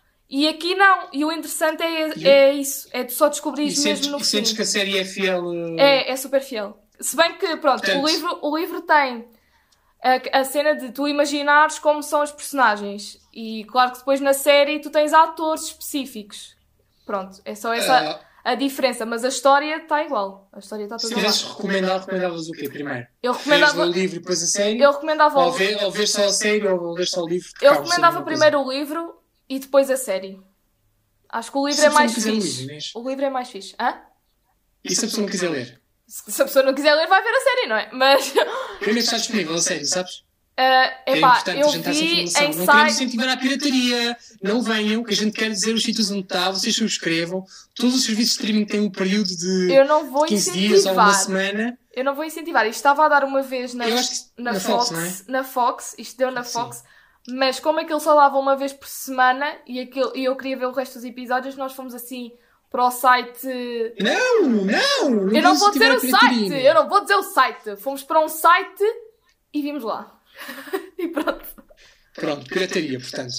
E aqui não. E o interessante é, E- é isso. É tu só E descobrires sentes, mesmo no e fim. sentes que a série é fiel... uh, É, é super fiel. Se bem que, pronto, Portanto- o livro, o livro tem a, a cena de tu imaginares como são os personagens. E claro que depois na série tu tens atores específicos. Pronto, é só essa a diferença. Mas a história está igual. A história está Se toda igual. tivesses recomendado, recomendavas o quê primeiro? Eu Veres recomendava, o livro e depois a série? eu recomendava, Ou o, ver, ou ver só a série ou ler só o livro? porque eu acaba por ser a recomendava mesma primeiro o livro e depois a série. Acho que o livro Se a é mais pessoa não quiser fixe. ler, Inês? O livro é mais fixe. Hã? coisa. E se a pessoa não quiser ler? Se se a pessoa não quiser ler, vai ver a série, não é? Mas... Onde é que está disponível a série, sabes? Uh, É epá, importante eu a gente ter essa vi informação. em Não queremos site... incentivar a pirataria. Não venham, que a gente quer dizer os sítios onde está. Vocês subscrevam. Todos os serviços de streaming têm um período de Eu não vou quinze dias ou uma incentivar. semana. Eu não vou incentivar. Isto estava a dar uma vez na, Eu acho que na, na Fox, Fox, não é? na Fox. Isto deu na Sim. Fox. Mas como aquilo só dava uma vez por semana e, aquilo, e eu queria ver o resto dos episódios, nós fomos assim para o site... Não, não! Eu não vou incentivar dizer a o pirataria. site! Eu não vou dizer o site! Fomos para um site e vimos lá. E pronto. Pronto, pirataria, portanto.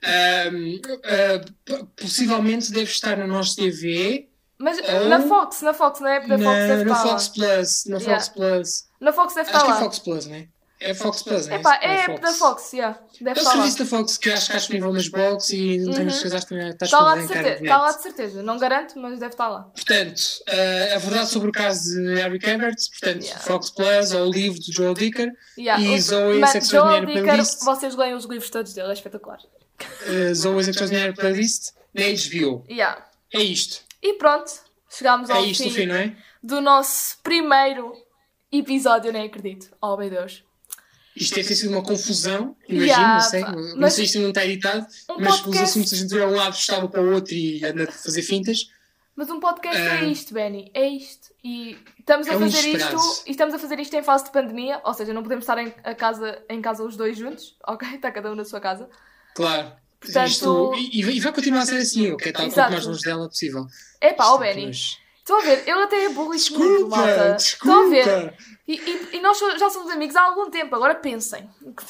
Ahm, ah, p- possivelmente deve estar na nossa T V, Mas Ou- na Fox, na Fox, na app da Fox na, deve na estar Fox lá. Plus. Na Yeah. Fox Plus. Na Fox deve Acho estar que é lá. Fox Plus, não é? É Fox Plus, não é? Epá, Ou é a app da Fox, yeah. Deve É o estar lá. serviço da Fox que eu acho que está disponível nas box e não tenho Uhum. certeza, acho que está Está lá disponível de em certeza, internet. está lá de certeza. Não garanto, mas deve estar lá. Portanto, uh, a verdade sobre o caso de Eric Everett, portanto, Yeah. Fox Plus ou o livro de Joel Dicker Yeah. e O- Zoe's mas Extraordinary Joel Dicker, Playlist, vocês leem os livros todos dele, é espetacular. uh, Zoe's Extraordinary Playlist na H B O. Yeah. É isto. E pronto, chegámos É ao isto fim o fim, não é? do nosso primeiro episódio, nem acredito. Oh, meu Deus. Isto deve ter sido uma confusão, imagino, Yeah, não sei. pá. Não Mas- sei se isto não está editado, Um mas os podcast- assuntos a gente vê a um lado, estava para o outro e anda a fazer fintas. Mas um podcast Ah. é isto, Benny. É isto. E estamos a É um fazer inesperado. isto. E estamos a fazer isto em fase de pandemia. Ou seja, não podemos estar em, a casa, em casa os dois juntos. Ok? Está cada um na sua casa. Claro. Portanto- Isto, e, e vai continuar a ser assim, eu quero estar o quanto Exato. mais longe dela possível. Epá, ó Isto, Benny. mas- Estão a ver? Eu até é bullish muito, Desculpa, malta. Estão a ver? desculpa. E, e, e nós so- já somos amigos há algum tempo. Agora pensem.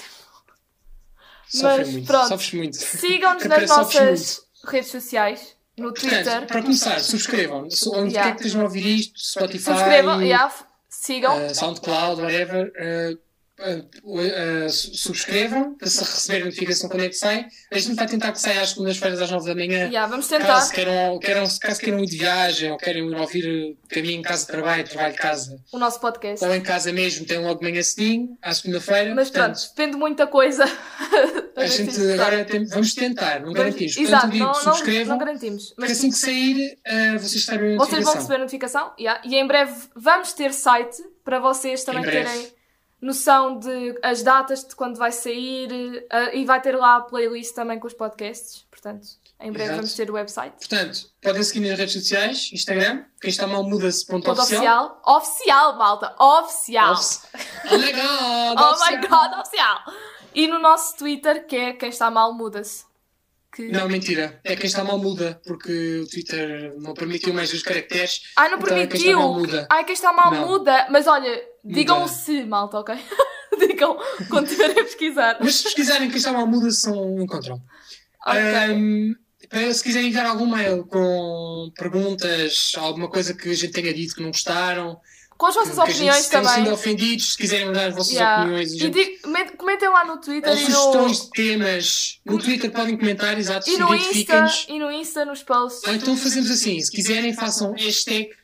Sofre Mas muito, pronto. sofres muito. Sigam-nos Que nas parece sofres nossas redes sociais. No Twitter. Portanto, para começar, subscrevam. So- Onde Yeah. quer que estejam a ouvir isto, Spotify, Subscrevam. Yeah, f- sigam. uh, SoundCloud, whatever. uh, uh, uh, su- subscrevam para se receber a notificação quando é que sai. A gente vai tentar que saia às segundas-feiras às nove da manhã. Yeah, vamos tentar. Caso queiram, queiram, caso queiram ir de viagem ou queiram ir ouvir uh, caminho em casa de trabalho, trabalho de casa, O nosso podcast. ou em casa mesmo, tem logo de manhã cedinho, à segunda-feira. Mas Portanto, pronto, depende de muita coisa. a gente agora tem- vamos tentar, não garantimos. Portanto, Exato, digo, não, não, subscrevam, não garantimos. porque Mas assim que sair, uh, vocês sabem a vocês vão notificação. receber a notificação. Yeah. E em breve vamos ter site para vocês também Em breve. terem noção de as datas de quando vai sair. eh, e vai ter lá a playlist também com os podcasts. Portanto, em breve Exato. vamos ter o website. Portanto, podem seguir nas redes sociais, Instagram, quem está mal muda-se ponto Ponto oficial. oficial. Oficial, malta. Oficial. Ofici- Oh my god! Oh oficial. my god, oficial. E no nosso Twitter, que é quem está mal muda-se. Que... Não, mentira. É quem está mal muda, porque o Twitter não permitiu mais os caracteres. Ai, não Então é quem está permitiu. mal muda. Ai, quem está mal Não. muda. Mas olha, digam Muda. se, malta, ok? Digam quando estiverem a pesquisar. Mas se pesquisarem quem está mal muda, são, encontram. Ok. Ahm, para- se quiserem enviar algum mail com perguntas, alguma coisa que a gente tenha dito que não gostaram, Com as vossas que a gente opiniões se tenham também. sido ofendidos, se quiserem dar as vossas Yeah. opiniões, a E gente... di- comen- comentem lá no Twitter ou e no, sugestões de temas, no Twitter podem comentar, exato, e no Insta, identifiquem-nos. e no Insta, nos posts. Ou então fazemos assim, se quiserem façam hashtag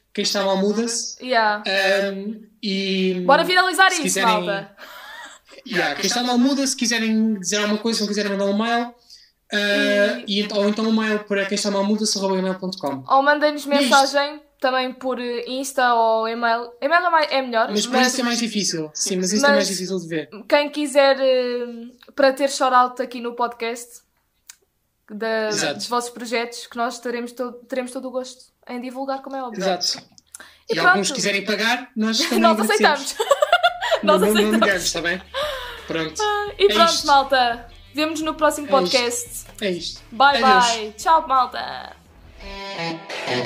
quem está mal muda-se. Yeah. Um, e, Bora finalizar isso, quiserem, malta. Yeah, quem está mal muda, se quiserem dizer alguma coisa, se não quiserem mandar um mail, uh, e, ou então um mail para quem está mal muda-se, arroba gmail ponto com. Ou mandem-nos mensagem também por Insta ou e-mail. E-mail é, mais, é melhor. Mas por isso é mais difícil. Sim, mas isso mas é mais difícil de ver. Quem quiser uh, para ter shout-out aqui no podcast da, dos vossos projetos, que nós teremos todo, teremos todo o gosto em divulgar, como é óbvio. Exato. E, e alguns quiserem pagar, nós também nós aceitamos. nós não, aceitamos. Não negamos, está bem? Pronto. E é pronto, isto. malta. Vemo-nos no próximo é podcast. Isto. É isto. Bye, Adeus. bye. Tchau, malta.